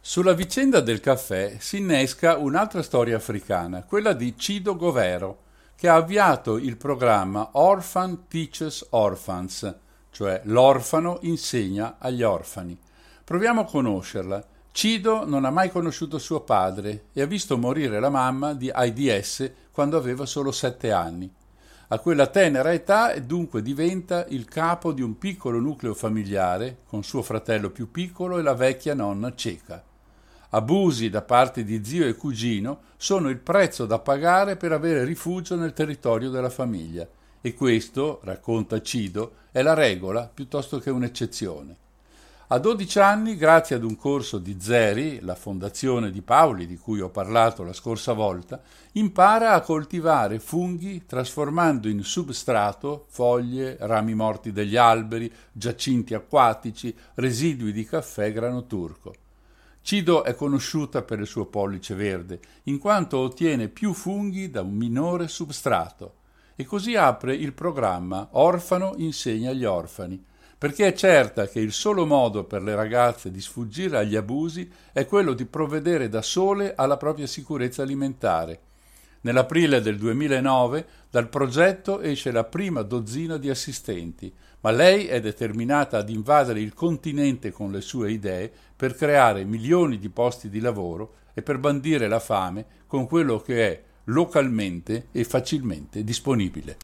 Sulla vicenda del caffè si innesca un'altra storia africana, quella di Cido Govero, che ha avviato il programma Orphan Teaches Orphans, cioè l'orfano insegna agli orfani. Proviamo a conoscerla. Cido non ha mai conosciuto suo padre e ha visto morire la mamma di AIDS quando aveva solo sette anni. A quella tenera età e dunque diventa il capo di un piccolo nucleo familiare con suo fratello più piccolo e la vecchia nonna cieca. Abusi da parte di zio e cugino sono il prezzo da pagare per avere rifugio nel territorio della famiglia e questo, racconta Cido, è la regola piuttosto che un'eccezione. A dodici anni, grazie ad un corso di Zeri, la fondazione di Paoli di cui ho parlato la scorsa volta, impara a coltivare funghi trasformando in substrato foglie, rami morti degli alberi, giacinti acquatici, residui di caffè grano turco. Cido è conosciuta per il suo pollice verde, in quanto ottiene più funghi da un minore substrato, e così apre il programma Orfano insegna agli orfani, perché è certa che il solo modo per le ragazze di sfuggire agli abusi è quello di provvedere da sole alla propria sicurezza alimentare. Nell'aprile del duemilanove dal progetto esce la prima dozzina di assistenti, ma lei è determinata ad invadere il continente con le sue idee per creare milioni di posti di lavoro e per bandire la fame con quello che è localmente e facilmente disponibile.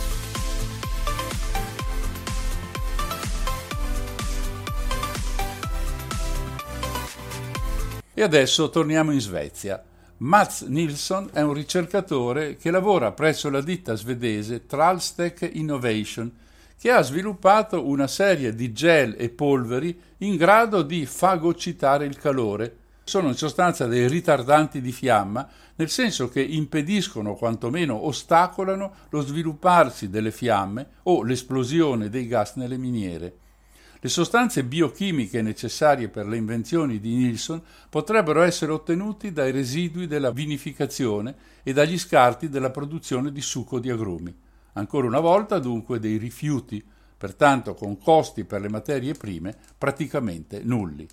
E adesso torniamo in Svezia. Mats Nilsson è un ricercatore che lavora presso la ditta svedese Tralstech Innovation, che ha sviluppato una serie di gel e polveri in grado di fagocitare il calore. Sono in sostanza dei ritardanti di fiamma, nel senso che impediscono o quantomeno ostacolano lo svilupparsi delle fiamme o l'esplosione dei gas nelle miniere. Le sostanze biochimiche necessarie per le invenzioni di Nilsson potrebbero essere ottenuti dai residui della vinificazione e dagli scarti della produzione di succo di agrumi. Ancora una volta dunque dei rifiuti, pertanto con costi per le materie prime praticamente nulli.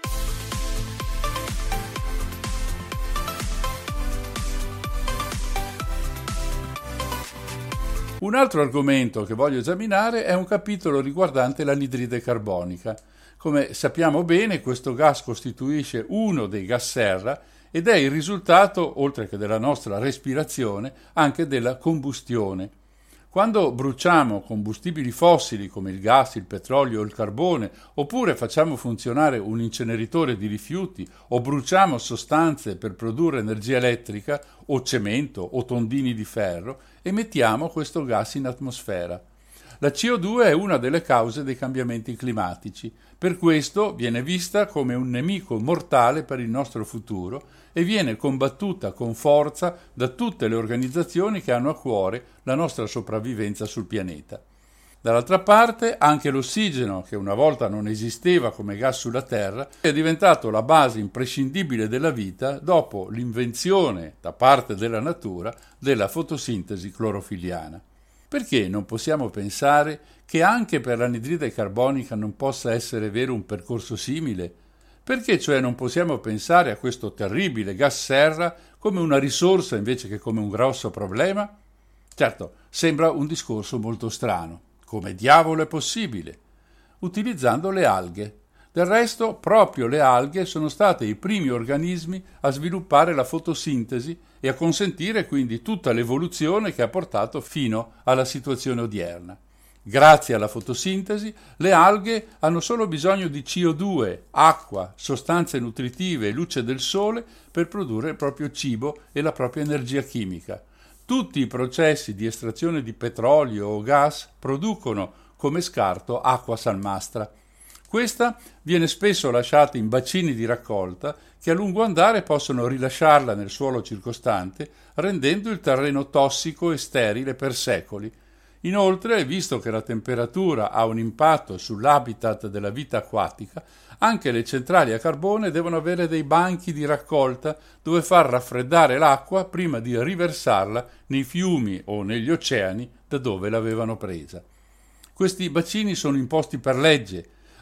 Un altro argomento che voglio esaminare è un capitolo riguardante l'anidride carbonica. Come sappiamo bene, questo gas costituisce uno dei gas serra ed è il risultato, oltre che della nostra respirazione, anche della combustione. Quando bruciamo combustibili fossili come il gas, il petrolio o il carbone, oppure facciamo funzionare un inceneritore di rifiuti o bruciamo sostanze per produrre energia elettrica o cemento o tondini di ferro, emettiamo questo gas in atmosfera. La C O due è una delle cause dei cambiamenti climatici, per questo viene vista come un nemico mortale per il nostro futuro e viene combattuta con forza da tutte le organizzazioni che hanno a cuore la nostra sopravvivenza sul pianeta. Dall'altra parte, anche l'ossigeno, che una volta non esisteva come gas sulla Terra, è diventato la base imprescindibile della vita dopo l'invenzione da parte della natura della fotosintesi clorofilliana. Perché non possiamo pensare che anche per l'anidride carbonica non possa essere vero un percorso simile? Perché cioè non possiamo pensare a questo terribile gas serra come una risorsa invece che come un grosso problema? Certo, sembra un discorso molto strano. Come diavolo è possibile? Utilizzando le alghe. Del resto, proprio le alghe sono state i primi organismi a sviluppare la fotosintesi e a consentire quindi tutta l'evoluzione che ha portato fino alla situazione odierna. Grazie alla fotosintesi, le alghe hanno solo bisogno di C O due, acqua, sostanze nutritive e luce del sole per produrre il proprio cibo e la propria energia chimica. Tutti i processi di estrazione di petrolio o gas producono come scarto acqua salmastra. Questa viene spesso lasciata in bacini di raccolta che a lungo andare possono rilasciarla nel suolo circostante, rendendo il terreno tossico e sterile per secoli. Inoltre, visto che la temperatura ha un impatto sull'habitat della vita acquatica, anche le centrali a carbone devono avere dei banchi di raccolta dove far raffreddare l'acqua prima di riversarla nei fiumi o negli oceani da dove l'avevano presa. Questi bacini sono imposti per legge,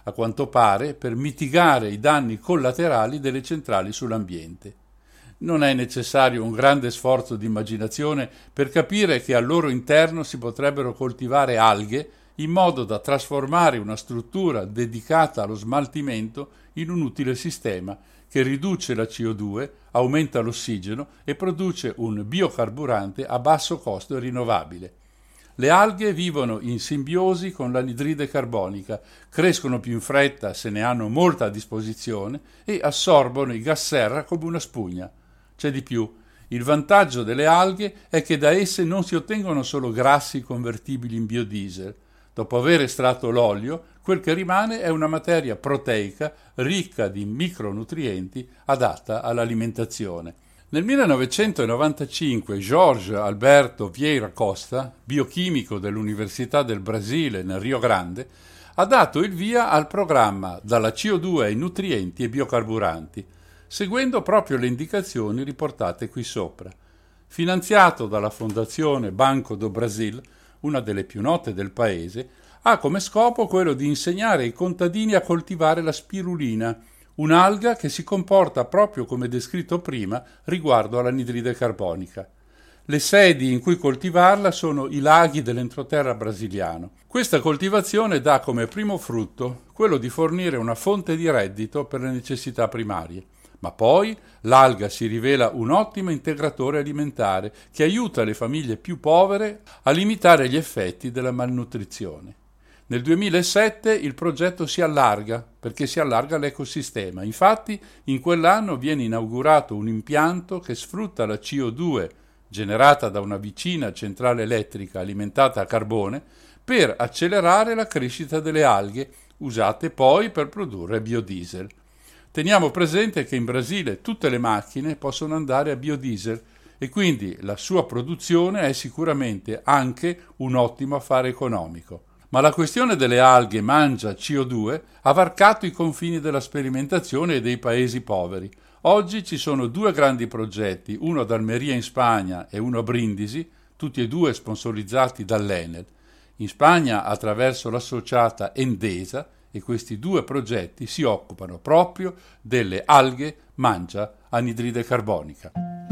a quanto pare per mitigare i danni collaterali delle centrali sull'ambiente. Non è necessario un grande sforzo di immaginazione per capire che al loro interno si potrebbero coltivare alghe in modo da trasformare una struttura dedicata allo smaltimento in un utile sistema che riduce la C O due, aumenta l'ossigeno e produce un biocarburante a basso costo e rinnovabile. Le alghe vivono in simbiosi con l'anidride carbonica, crescono più in fretta se ne hanno molta a disposizione e assorbono i gas serra come una spugna. C'è di più. Il vantaggio delle alghe è che da esse non si ottengono solo grassi convertibili in biodiesel. Dopo aver estratto l'olio, quel che rimane è una materia proteica ricca di micronutrienti adatta all'alimentazione. Nel millenovecentonovantacinque Jorge Alberto Vieira Costa, biochimico dell'Università del Brasile nel Rio Grande, ha dato il via al programma Dalla C O due ai nutrienti e biocarburanti, seguendo proprio le indicazioni riportate qui sopra. Finanziato dalla Fondazione Banco do Brasil, una delle più note del paese, ha come scopo quello di insegnare ai contadini a coltivare la spirulina, un'alga che si comporta proprio come descritto prima riguardo all'anidride carbonica. Le sedi in cui coltivarla sono i laghi dell'entroterra brasiliano. Questa coltivazione dà come primo frutto quello di fornire una fonte di reddito per le necessità primarie. Ma poi l'alga si rivela un ottimo integratore alimentare che aiuta le famiglie più povere a limitare gli effetti della malnutrizione. Nel duemilasette il progetto si allarga perché si allarga l'ecosistema. Infatti in quell'anno viene inaugurato un impianto che sfrutta la C O due generata da una vicina centrale elettrica alimentata a carbone per accelerare la crescita delle alghe usate poi per produrre biodiesel. Teniamo presente che in Brasile tutte le macchine possono andare a biodiesel e quindi la sua produzione è sicuramente anche un ottimo affare economico. Ma la questione delle alghe mangia C O due ha varcato i confini della sperimentazione e dei paesi poveri. Oggi ci sono due grandi progetti, uno ad Almeria in Spagna e uno a Brindisi, tutti e due sponsorizzati dall'Enel. In Spagna attraverso l'associata Endesa, e questi due progetti si occupano proprio delle alghe mangia anidride carbonica.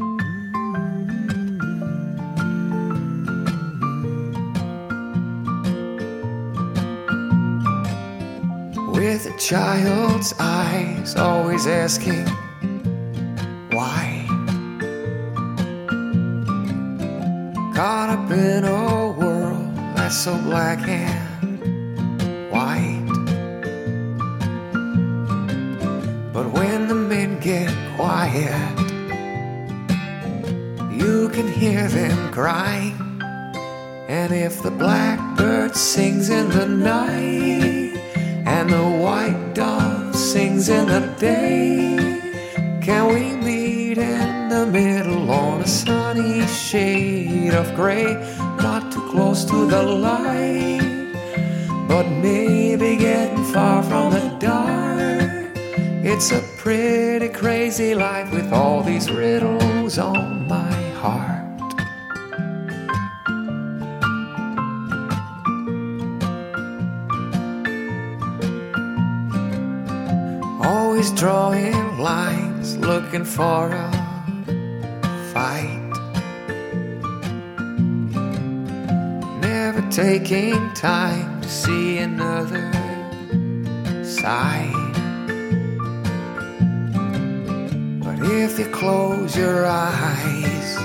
With a child's eyes, always asking why. Caught up in a world that's so black and white. But when the men get quiet, you can hear them crying. And if the blackbird sings in the night, and the white dove sings in the day, can we meet in the middle on a sunny shade of gray? Not too close to the light, but maybe getting far from the dark. It's a pretty crazy life with all these riddles on my heart. Always drawing lines, looking for a fight. Never taking time to see another side. If you close your eyes,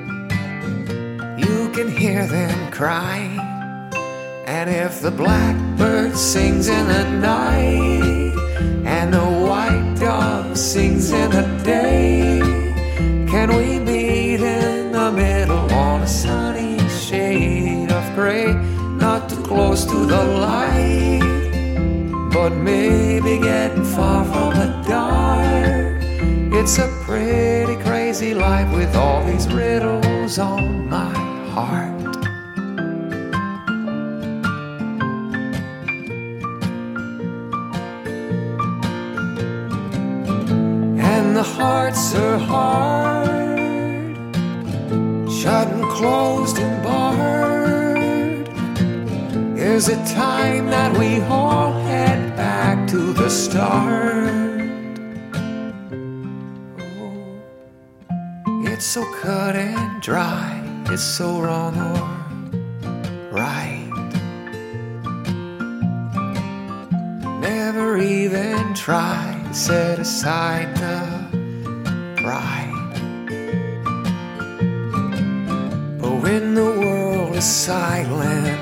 you can hear them crying. And if the blackbird sings in the night, and the white dove sings in the day, can we meet in the middle on a sunny shade of gray? Not too close to the light, but maybe getting far from the dark. It's a pretty crazy life with all these riddles on my heart. And the hearts are hard, shut and closed and barred. Is it time that we all head back to the start. Oh, it's so cut and dry, it's so wrong or right. Never even try to set aside the pride. But when the world is silent,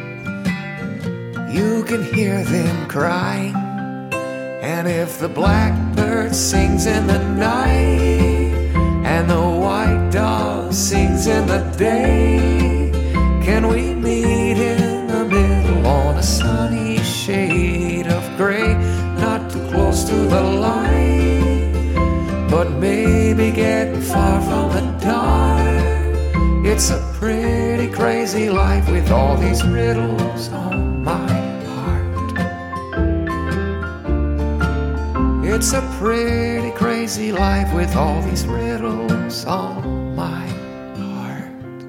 you can hear them crying. And if the blackbird sings in the night and the white dove sings in the day, can we meet in the middle on a sunny shade of gray? Not too close to the light, but maybe getting far from the dark. It's a pretty crazy life with all these riddles on my heart. It's a pretty crazy life with all these riddles on my heart.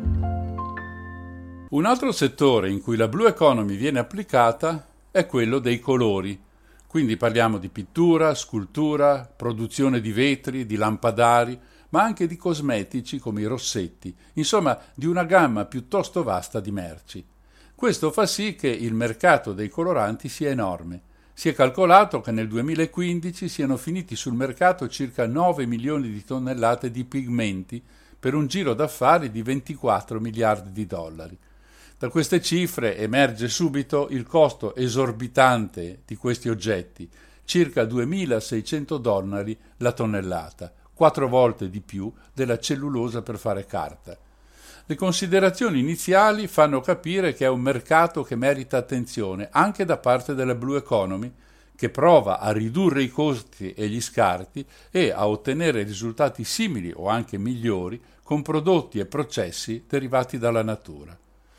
Un altro settore in cui la Blue Economy viene applicata è quello dei colori. Quindi parliamo di pittura, scultura, produzione di vetri, di lampadari, ma anche di cosmetici come i rossetti, insomma di una gamma piuttosto vasta di merci. Questo fa sì che il mercato dei coloranti sia enorme. Si è calcolato che nel duemilaquindici siano finiti sul mercato circa nove milioni di tonnellate di pigmenti per un giro d'affari di ventiquattro miliardi di dollari. Da queste cifre emerge subito il costo esorbitante di questi oggetti, circa duemilaseicento dollari la tonnellata, quattro volte di più della cellulosa per fare carta. Le considerazioni iniziali fanno capire che è un mercato che merita attenzione anche da parte della Blue Economy, che prova a ridurre i costi e gli scarti e a ottenere risultati simili o anche migliori con prodotti e processi derivati dalla natura.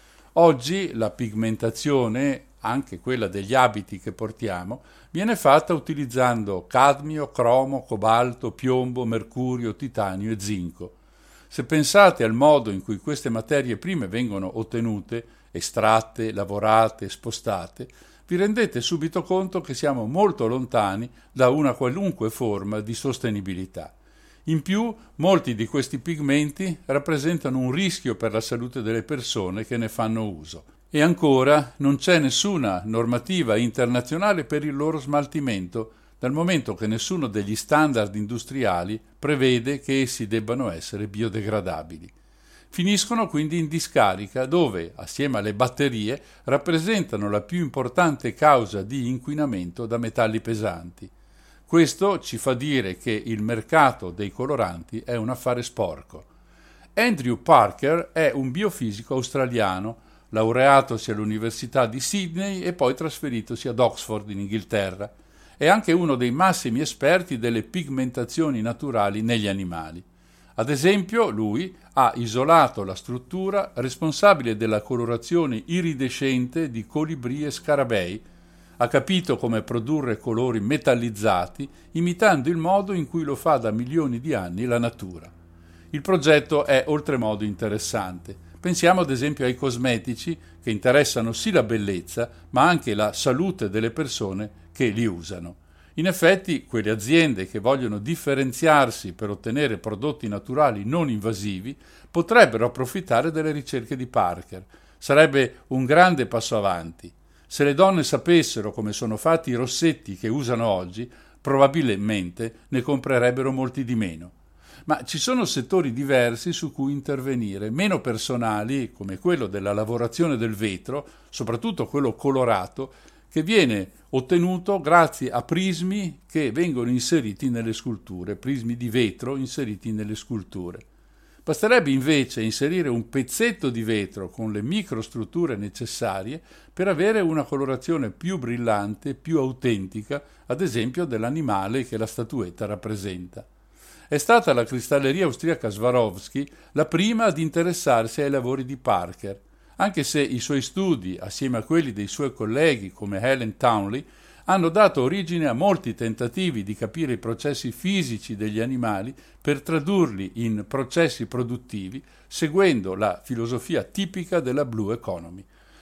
Oggi la pigmentazione, anche quella degli abiti che portiamo, viene fatta utilizzando cadmio, cromo, cobalto, piombo, mercurio, titanio e zinco. Se pensate al modo in cui queste materie prime vengono ottenute, estratte, lavorate, spostate, vi rendete subito conto che siamo molto lontani da una qualunque forma di sostenibilità. In più, molti di questi pigmenti rappresentano un rischio per la salute delle persone che ne fanno uso. E ancora non c'è nessuna normativa internazionale per il loro smaltimento, dal momento che nessuno degli standard industriali prevede che essi debbano essere biodegradabili. Finiscono quindi in discarica dove, assieme alle batterie, rappresentano la più importante causa di inquinamento da metalli pesanti. Questo ci fa dire che il mercato dei coloranti è un affare sporco. Andrew Parker è un biofisico australiano, laureatosi all'Università di Sydney e poi trasferitosi ad Oxford in Inghilterra. È anche uno dei massimi esperti delle pigmentazioni naturali negli animali. Ad esempio, lui ha isolato la struttura responsabile della colorazione iridescente di colibri e scarabei, ha capito come produrre colori metallizzati imitando il modo in cui lo fa da milioni di anni la natura. Il progetto è oltremodo interessante. Pensiamo ad esempio ai cosmetici che interessano sì la bellezza, ma anche la salute delle persone che li usano. In effetti, quelle aziende che vogliono differenziarsi per ottenere prodotti naturali non invasivi potrebbero approfittare delle ricerche di Parker. Sarebbe un grande passo avanti. Se le donne sapessero come sono fatti i rossetti che usano oggi, probabilmente ne comprerebbero molti di meno. Ma ci sono settori diversi su cui intervenire, meno personali, come quello della lavorazione del vetro, soprattutto quello colorato, che viene ottenuto grazie a prismi che vengono inseriti nelle sculture, prismi di vetro inseriti nelle sculture. Basterebbe invece inserire un pezzetto di vetro con le microstrutture necessarie per avere una colorazione più brillante, più autentica, ad esempio dell'animale che la statuetta rappresenta. È stata la cristalleria austriaca Swarovski la prima ad interessarsi ai lavori di Parker, anche se i suoi studi, assieme a quelli dei suoi colleghi come Helen Townley, hanno dato origine a molti tentativi di capire i processi fisici degli animali per tradurli in processi produttivi, seguendo la filosofia tipica della Blue Economy.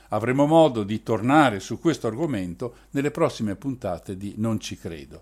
Avremo modo di tornare su questo argomento nelle prossime puntate di Non ci credo.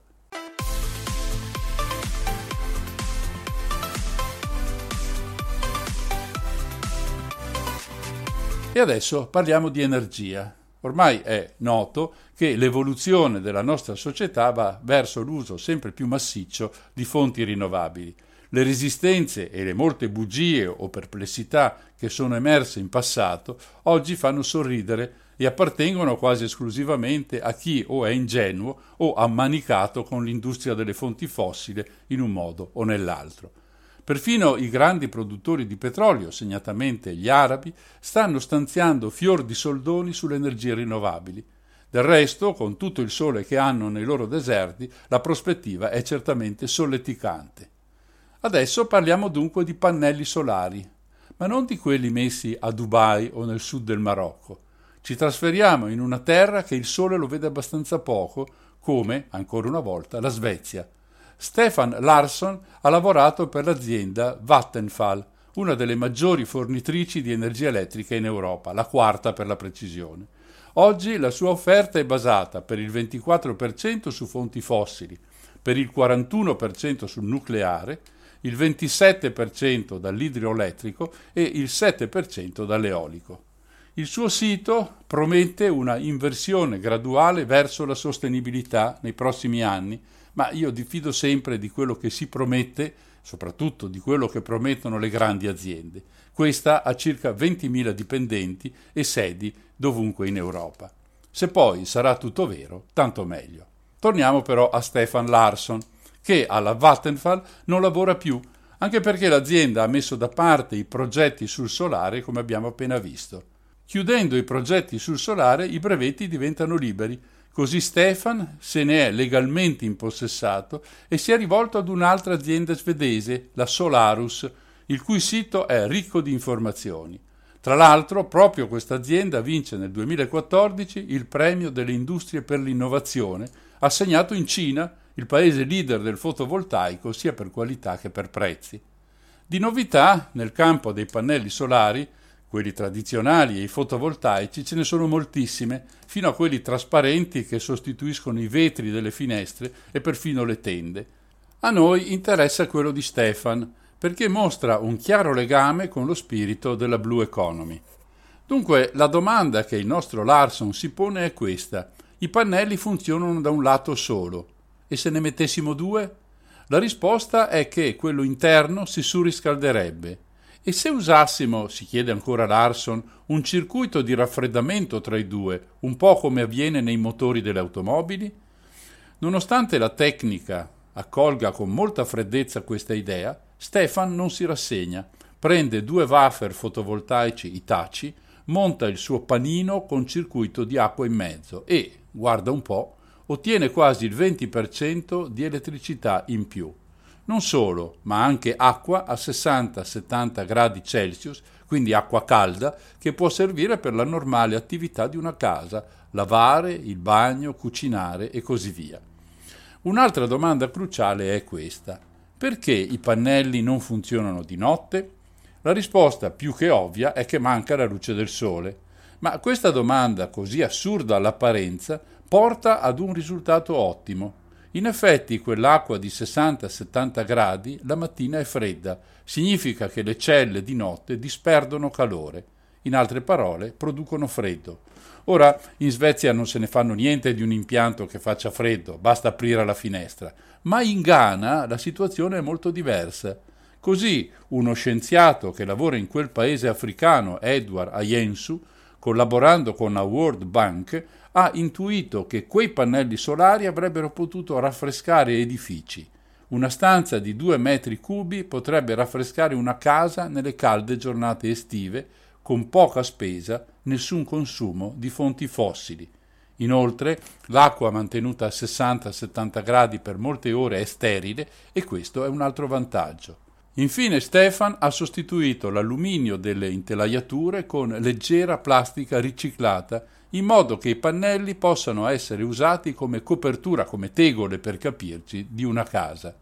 E adesso parliamo di energia. Ormai è noto che l'evoluzione della nostra società va verso l'uso sempre più massiccio di fonti rinnovabili. Le resistenze e le molte bugie o perplessità che sono emerse in passato oggi fanno sorridere e appartengono quasi esclusivamente a chi o è ingenuo o ammanicato con l'industria delle fonti fossili in un modo o nell'altro. Perfino i grandi produttori di petrolio, segnatamente gli arabi, stanno stanziando fior di soldoni sulle energie rinnovabili. Del resto, con tutto il sole che hanno nei loro deserti, la prospettiva è certamente solleticante. Adesso parliamo dunque di pannelli solari, ma non di quelli messi a Dubai o nel sud del Marocco. Ci trasferiamo in una terra che il sole lo vede abbastanza poco, come, ancora una volta, la Svezia. Stefan Larsson ha lavorato per l'azienda Vattenfall, una delle maggiori fornitrici di energia elettrica in Europa, la quarta per la precisione. Oggi la sua offerta è basata per il ventiquattro per cento su fonti fossili, per il quarantuno per cento sul nucleare, il ventisette per cento dall'idroelettrico e il sette per cento dall'eolico. Il suo sito promette una inversione graduale verso la sostenibilità nei prossimi anni, ma io diffido sempre di quello che si promette, soprattutto di quello che promettono le grandi aziende. Questa ha circa ventimila dipendenti e sedi dovunque in Europa. Se poi sarà tutto vero, tanto meglio. Torniamo però a Stefan Larsson, che alla Vattenfall non lavora più, anche perché l'azienda ha messo da parte i progetti sul solare, come abbiamo appena visto. Chiudendo i progetti sul solare, i brevetti diventano liberi. Così Stefan se ne è legalmente impossessato e si è rivolto ad un'altra azienda svedese, la Solarus, il cui sito è ricco di informazioni. Tra l'altro, proprio questa azienda vince nel duemilaquattordici il premio delle industrie per l'innovazione, assegnato in Cina, il paese leader del fotovoltaico sia per qualità che per prezzi. Di novità, nel campo dei pannelli solari, quelli tradizionali e i fotovoltaici, ce ne sono moltissime, fino a quelli trasparenti che sostituiscono i vetri delle finestre e perfino le tende. A noi interessa quello di Stefan, perché mostra un chiaro legame con lo spirito della Blue Economy. Dunque, la domanda che il nostro Larsson si pone è questa: i pannelli funzionano da un lato solo, e se ne mettessimo due? La risposta è che quello interno si surriscalderebbe. E se usassimo, si chiede ancora Larsson, un circuito di raffreddamento tra i due, un po' come avviene nei motori delle automobili? Nonostante la tecnica accolga con molta freddezza questa idea, Stefan non si rassegna, prende due wafer fotovoltaici Hitachi, monta il suo panino con circuito di acqua in mezzo e, guarda un po', ottiene quasi il venti per cento di elettricità in più. Non solo, ma anche acqua a sessanta settanta gradi Celsius, quindi acqua calda, che può servire per la normale attività di una casa, lavare, il bagno, cucinare e così via. Un'altra domanda cruciale è questa: perché i pannelli non funzionano di notte? La risposta più che ovvia è che manca la luce del sole, ma questa domanda, così assurda all'apparenza, porta ad un risultato ottimo. In effetti quell'acqua di sessanta settanta gradi la mattina è fredda, significa che le celle di notte disperdono calore, in altre parole producono freddo. Ora in Svezia non se ne fanno niente di un impianto che faccia freddo, basta aprire la finestra, ma in Ghana la situazione è molto diversa. Così uno scienziato che lavora in quel paese africano, Edward Ayensu, collaborando con la World Bank, ha intuito che quei pannelli solari avrebbero potuto raffrescare edifici. Una stanza di due metri cubi potrebbe raffrescare una casa nelle calde giornate estive, con poca spesa, nessun consumo di fonti fossili. Inoltre, l'acqua mantenuta a sessanta settanta gradi per molte ore è sterile e questo è un altro vantaggio. Infine Stefan ha sostituito l'alluminio delle intelaiature con leggera plastica riciclata, in modo che i pannelli possano essere usati come copertura, come tegole per capirci, di una casa.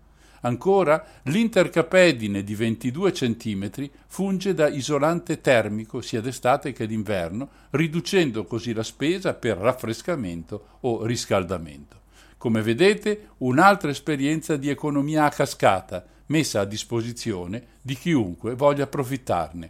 Ancora, l'intercapedine di ventidue centimetri funge da isolante termico sia d'estate che d'inverno, riducendo così la spesa per raffrescamento o riscaldamento. Come vedete, un'altra esperienza di economia a cascata, messa a disposizione di chiunque voglia approfittarne.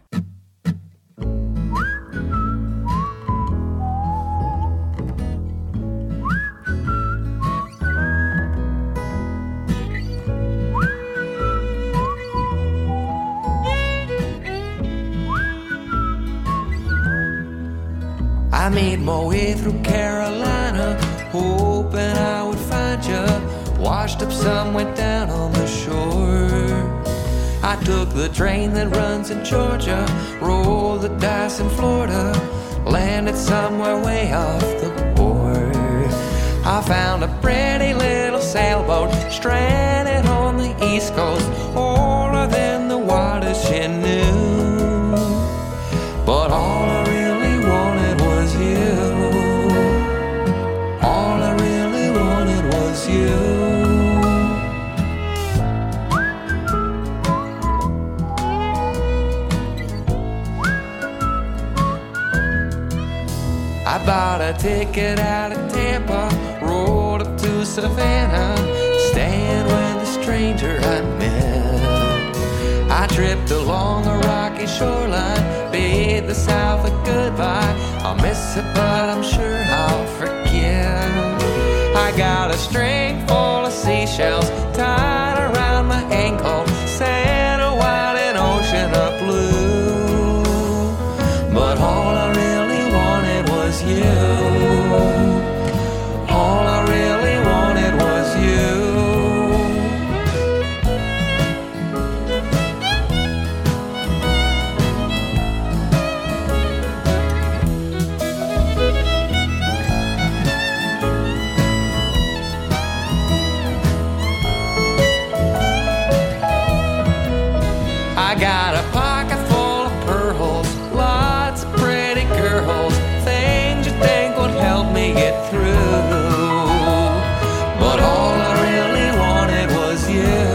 I made my way through Carolina, hoping I would find you. Washed up some, went down on the shore. I took the train that runs in Georgia, rolled the dice in Florida, landed somewhere way off the board. I found a pretty little sailboat stranded on the East Coast, older than the waters she knew. But all I really wanted was you. All I really wanted was you. I bought a ticket out of Tampa, rode up to Savannah, staying with a stranger I met. I tripped along a rocky shoreline, bade the South a goodbye. I'll miss it, but I'm sure I'll forget. I got a string full of seashells tied around my ankle, sand a wild and ocean of blue. But all I really wanted was you. All I really wanted was you. I got a pocket full of pearls, lots of pretty girls, things you think would help me get through. But all I really wanted was you.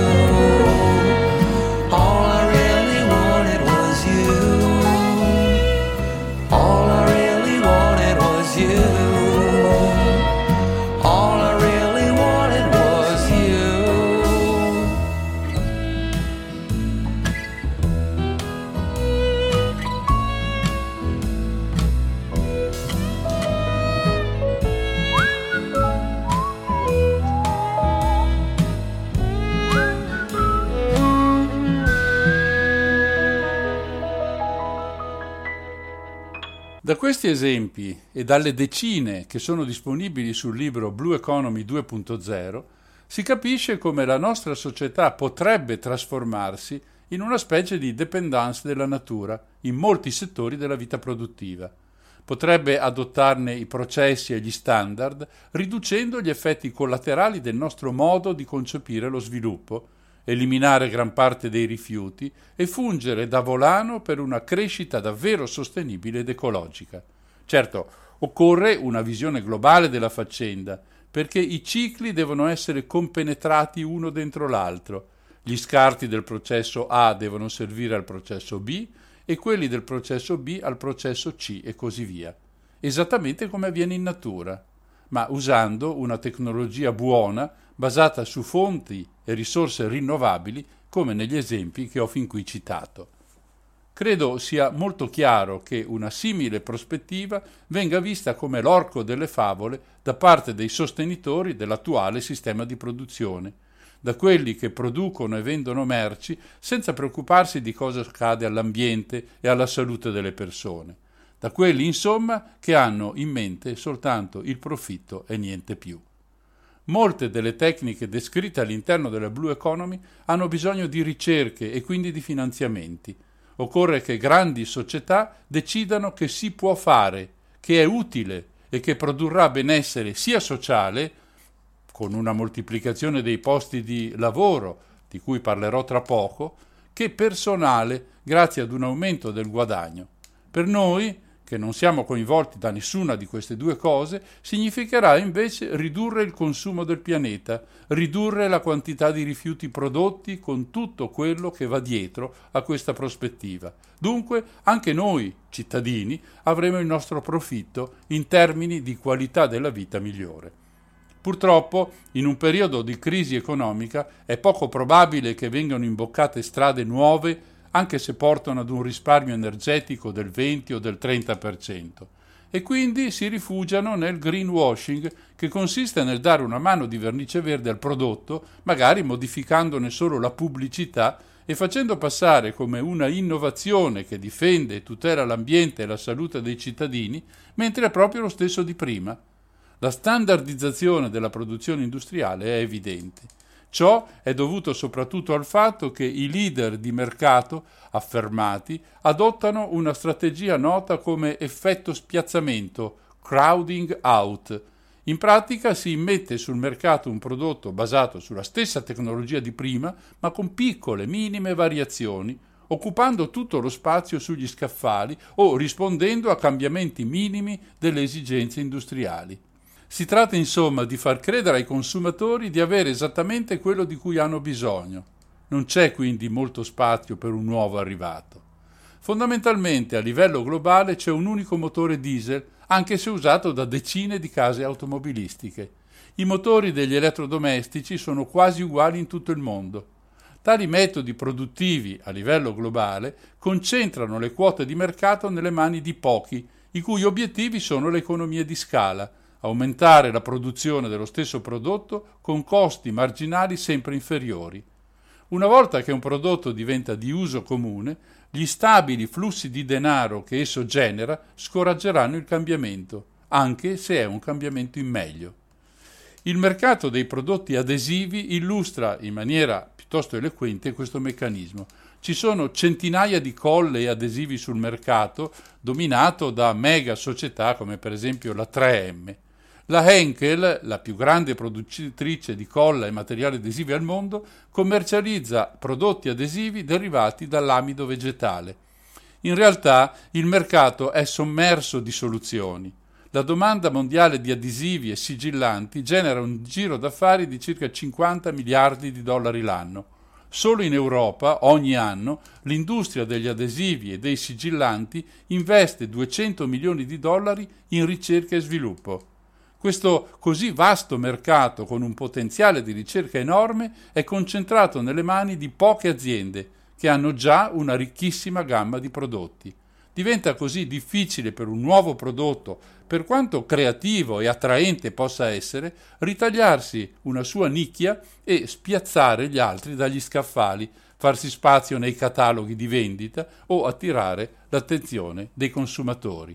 All I really wanted was you. All I really wanted was you. All I really wanted was you. Da questi esempi e dalle decine che sono disponibili sul libro Blue Economy due punto zero si capisce come la nostra società potrebbe trasformarsi in una specie di dépendance della natura in molti settori della vita produttiva. Potrebbe adottarne i processi e gli standard, riducendo gli effetti collaterali del nostro modo di concepire lo sviluppo, eliminare gran parte dei rifiuti e fungere da volano per una crescita davvero sostenibile ed ecologica. Certo, occorre una visione globale della faccenda, perché i cicli devono essere compenetrati uno dentro l'altro. Gli scarti del processo A devono servire al processo B e quelli del processo B al processo C e così via, esattamente come avviene in natura, ma usando una tecnologia buona basata su fonti e risorse rinnovabili come negli esempi che ho fin qui citato. Credo sia molto chiaro che una simile prospettiva venga vista come l'orco delle favole da parte dei sostenitori dell'attuale sistema di produzione, da quelli che producono e vendono merci senza preoccuparsi di cosa accade all'ambiente e alla salute delle persone, da quelli insomma che hanno in mente soltanto il profitto e niente più. Molte delle tecniche descritte all'interno della Blue Economy hanno bisogno di ricerche e quindi di finanziamenti. Occorre che grandi società decidano che si può fare, che è utile e che produrrà benessere sia sociale, con una moltiplicazione dei posti di lavoro, di cui parlerò tra poco, che personale, grazie ad un aumento del guadagno. Per noi, che non siamo coinvolti da nessuna di queste due cose, significherà invece ridurre il consumo del pianeta, ridurre la quantità di rifiuti prodotti con tutto quello che va dietro a questa prospettiva. Dunque anche noi, cittadini, avremo il nostro profitto in termini di qualità della vita migliore. Purtroppo, in un periodo di crisi economica, è poco probabile che vengano imboccate strade nuove, anche se portano ad un risparmio energetico del venti o del trenta per cento. E quindi si rifugiano nel greenwashing, che consiste nel dare una mano di vernice verde al prodotto, magari modificandone solo la pubblicità e facendo passare come una innovazione che difende e tutela l'ambiente e la salute dei cittadini, mentre è proprio lo stesso di prima. La standardizzazione della produzione industriale è evidente. Ciò è dovuto soprattutto al fatto che i leader di mercato affermati adottano una strategia nota come effetto spiazzamento, crowding out. In pratica si immette sul mercato un prodotto basato sulla stessa tecnologia di prima, ma con piccole, minime variazioni, occupando tutto lo spazio sugli scaffali o rispondendo a cambiamenti minimi delle esigenze industriali. Si tratta insomma di far credere ai consumatori di avere esattamente quello di cui hanno bisogno. Non c'è quindi molto spazio per un nuovo arrivato. Fondamentalmente a livello globale c'è un unico motore diesel, anche se usato da decine di case automobilistiche. I motori degli elettrodomestici sono quasi uguali in tutto il mondo. Tali metodi produttivi a livello globale concentrano le quote di mercato nelle mani di pochi, i cui obiettivi sono le economie di scala, aumentare la produzione dello stesso prodotto con costi marginali sempre inferiori. Una volta che un prodotto diventa di uso comune, gli stabili flussi di denaro che esso genera scoraggeranno il cambiamento, anche se è un cambiamento in meglio. Il mercato dei prodotti adesivi illustra in maniera piuttosto eloquente questo meccanismo. Ci sono centinaia di colle e adesivi sul mercato, dominato da mega società come per esempio la tre emme. La Henkel, la più grande produttrice di colla e materiali adesivi al mondo, commercializza prodotti adesivi derivati dall'amido vegetale. In realtà il mercato è sommerso di soluzioni. La domanda mondiale di adesivi e sigillanti genera un giro d'affari di circa cinquanta miliardi di dollari l'anno. Solo in Europa, ogni anno, l'industria degli adesivi e dei sigillanti investe duecento milioni di dollari in ricerca e sviluppo. Questo così vasto mercato, con un potenziale di ricerca enorme, è concentrato nelle mani di poche aziende che hanno già una ricchissima gamma di prodotti. Diventa così difficile per un nuovo prodotto, per quanto creativo e attraente possa essere, ritagliarsi una sua nicchia e spiazzare gli altri dagli scaffali, farsi spazio nei cataloghi di vendita o attirare l'attenzione dei consumatori.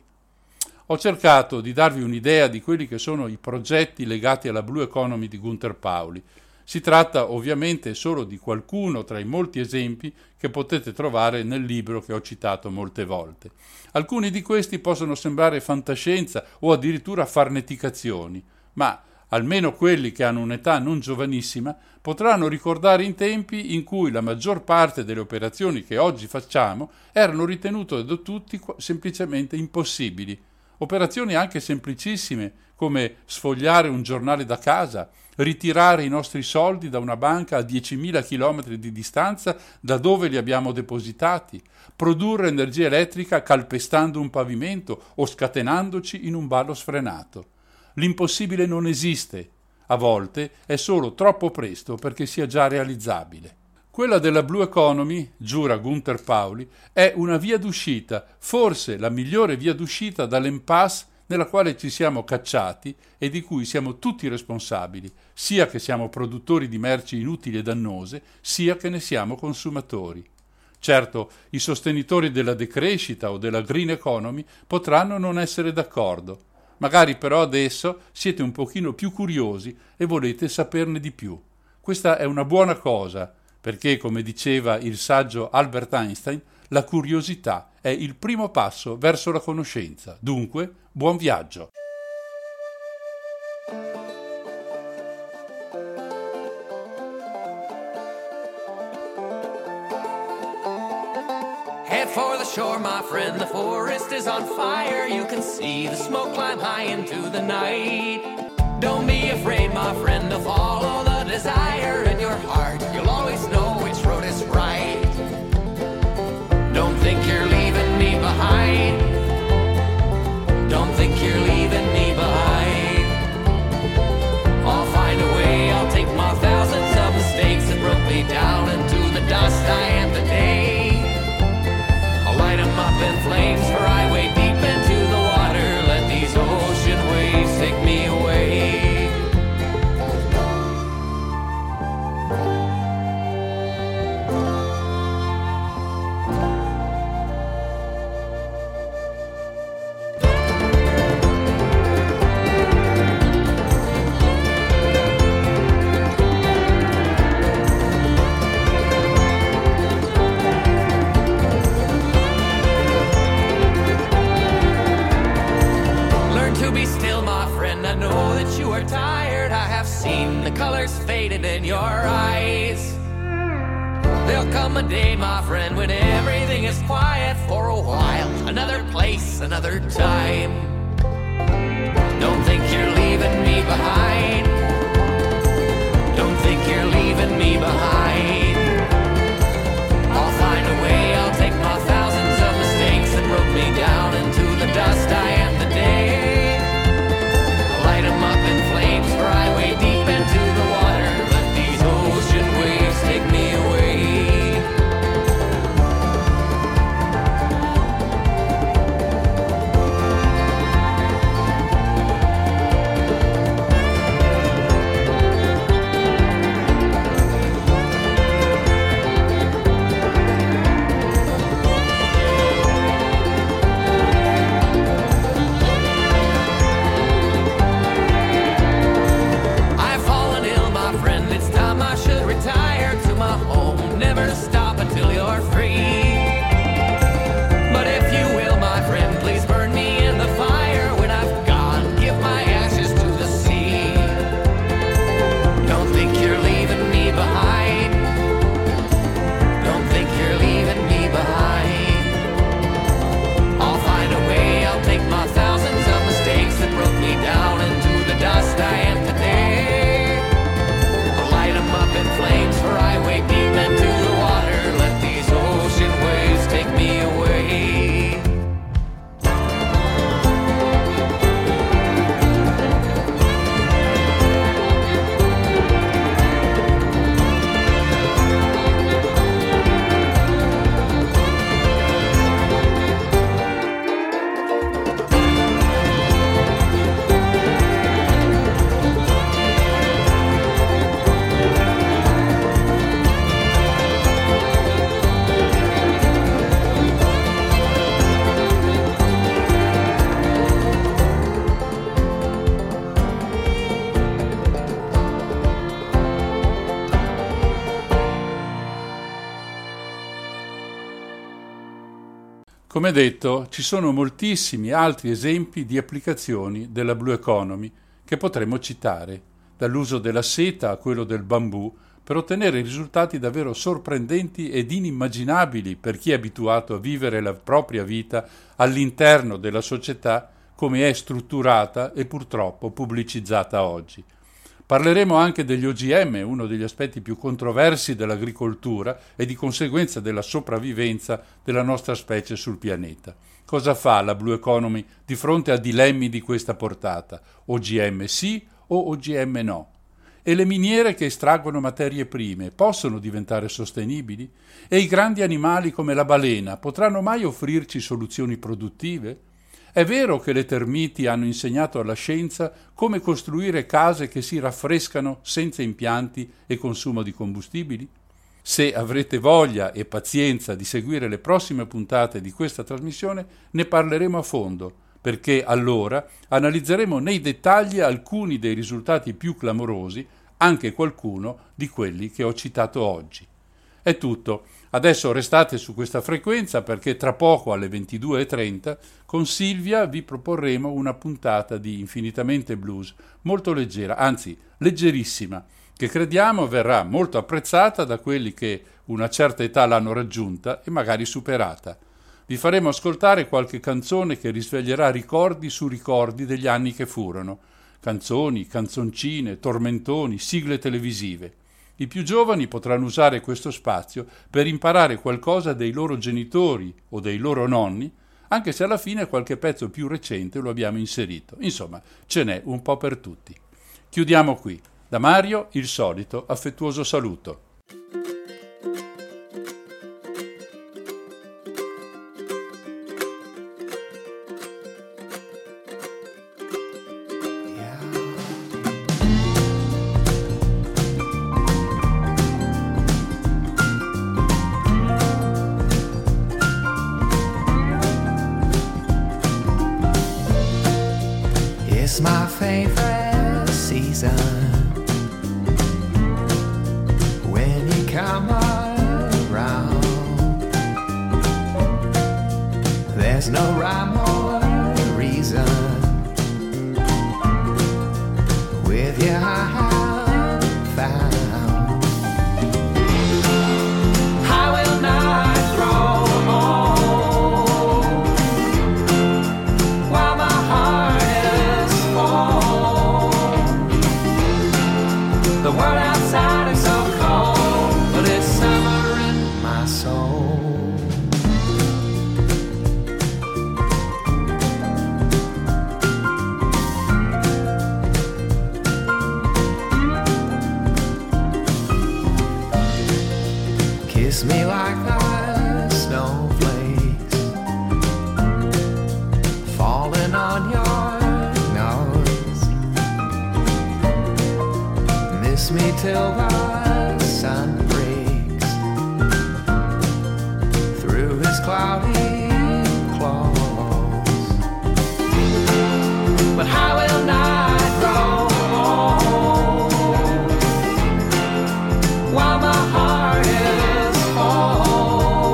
Ho cercato di darvi un'idea di quelli che sono i progetti legati alla Blue Economy di Gunther Pauli. Si tratta ovviamente solo di qualcuno tra i molti esempi che potete trovare nel libro che ho citato molte volte. Alcuni di questi possono sembrare fantascienza o addirittura farneticazioni, ma almeno quelli che hanno un'età non giovanissima potranno ricordare in tempi in cui la maggior parte delle operazioni che oggi facciamo erano ritenute da tutti semplicemente impossibili. Operazioni anche semplicissime come sfogliare un giornale da casa, ritirare i nostri soldi da una banca a diecimila chilometri di distanza da dove li abbiamo depositati, produrre energia elettrica calpestando un pavimento o scatenandoci in un ballo sfrenato. L'impossibile non esiste, a volte è solo troppo presto perché sia già realizzabile. Quella della Blue Economy, giura Gunther Pauli, è una via d'uscita, forse la migliore via d'uscita dall'impasse nella quale ci siamo cacciati e di cui siamo tutti responsabili, sia che siamo produttori di merci inutili e dannose, sia che ne siamo consumatori. Certo, i sostenitori della decrescita o della green economy potranno non essere d'accordo. Magari però adesso siete un pochino più curiosi e volete saperne di più. Questa è una buona cosa, perché, come diceva il saggio Albert Einstein, la curiosità è il primo passo verso la conoscenza. Dunque, buon viaggio! Had head for the shore, my friend. The forest is on fire. You can see the smoke climb high into the night. Don't be afraid, my friend, to follow the desire in your heart. You'll always know which road is right. Don't think you're leaving me behind. Don't think you're leaving me behind. I'll find a way, I'll take my thousands of mistakes that broke me down into the dust I am today. I'll light them up in flames, for I wade deep into the water. Let these ocean waves take me away. Tired, I have seen the colors faded in your eyes. There'll come a day, my friend, when everything is quiet for a while. Another place, another time. Don't think you're leaving me behind. Don't think you're leaving me behind. I'll find a way, I'll take my thousands of mistakes that broke me down into the dust I am today. Light 'em up in flames, for I wade deep into the water. Let these ocean waves take me away. Come detto, ci sono moltissimi altri esempi di applicazioni della Blue Economy che potremmo citare, dall'uso della seta a quello del bambù, per ottenere risultati davvero sorprendenti ed inimmaginabili per chi è abituato a vivere la propria vita all'interno della società come è strutturata e purtroppo pubblicizzata oggi. Parleremo anche degli O G M, uno degli aspetti più controversi dell'agricoltura e di conseguenza della sopravvivenza della nostra specie sul pianeta. Cosa fa la Blue Economy di fronte a dilemmi di questa portata? O G M sì o O G M no? E le miniere che estraggono materie prime possono diventare sostenibili? E i grandi animali come la balena potranno mai offrirci soluzioni produttive? È vero che le termiti hanno insegnato alla scienza come costruire case che si raffrescano senza impianti e consumo di combustibili? Se avrete voglia e pazienza di seguire le prossime puntate di questa trasmissione, ne parleremo a fondo, perché allora analizzeremo nei dettagli alcuni dei risultati più clamorosi, anche qualcuno di quelli che ho citato oggi. È tutto. Adesso restate su questa frequenza perché tra poco alle ventidue e trenta con Silvia vi proporremo una puntata di Infinitamente Blues molto leggera, anzi leggerissima, che crediamo verrà molto apprezzata da quelli che una certa età l'hanno raggiunta e magari superata. Vi faremo ascoltare qualche canzone che risveglierà ricordi su ricordi degli anni che furono. Canzoni, canzoncine, tormentoni, sigle televisive. I più giovani potranno usare questo spazio per imparare qualcosa dei loro genitori o dei loro nonni, anche se alla fine qualche pezzo più recente lo abbiamo inserito. Insomma, ce n'è un po' per tutti. Chiudiamo qui. Da Mario il solito affettuoso saluto. It's my favorite season when you come around. There's no rhyme or reason with you I have found. I will not throw home while my heart is full. The world outside is so cold, but it's summer in my soul. Kiss me like the snowflakes falling on your nose. Miss me till the sun breaks through his cloudy clothes. But I will not go home while my heart is full.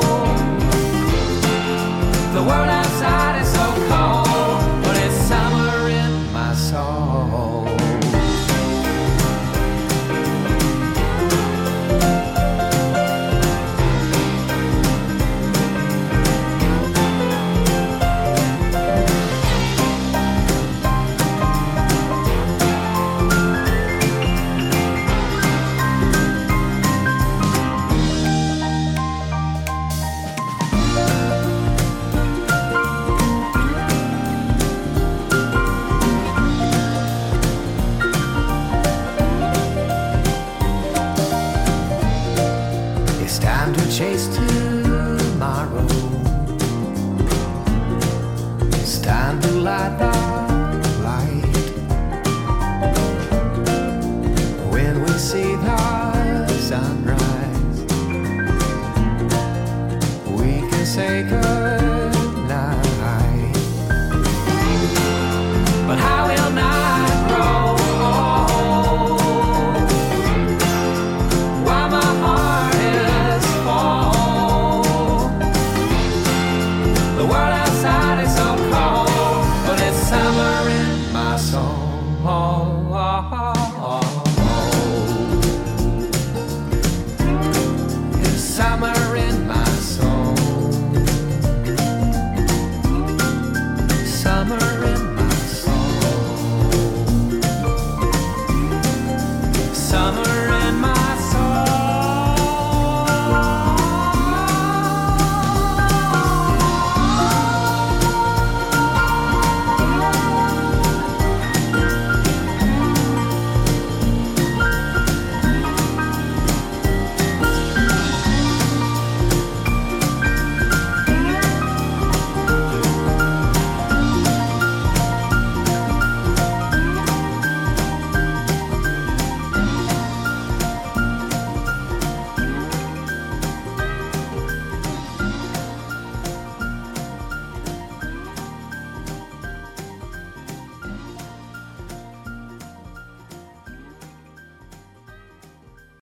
The world outside is so cold, but it's summer in my soul. It's time to chase tomorrow. It's time to light the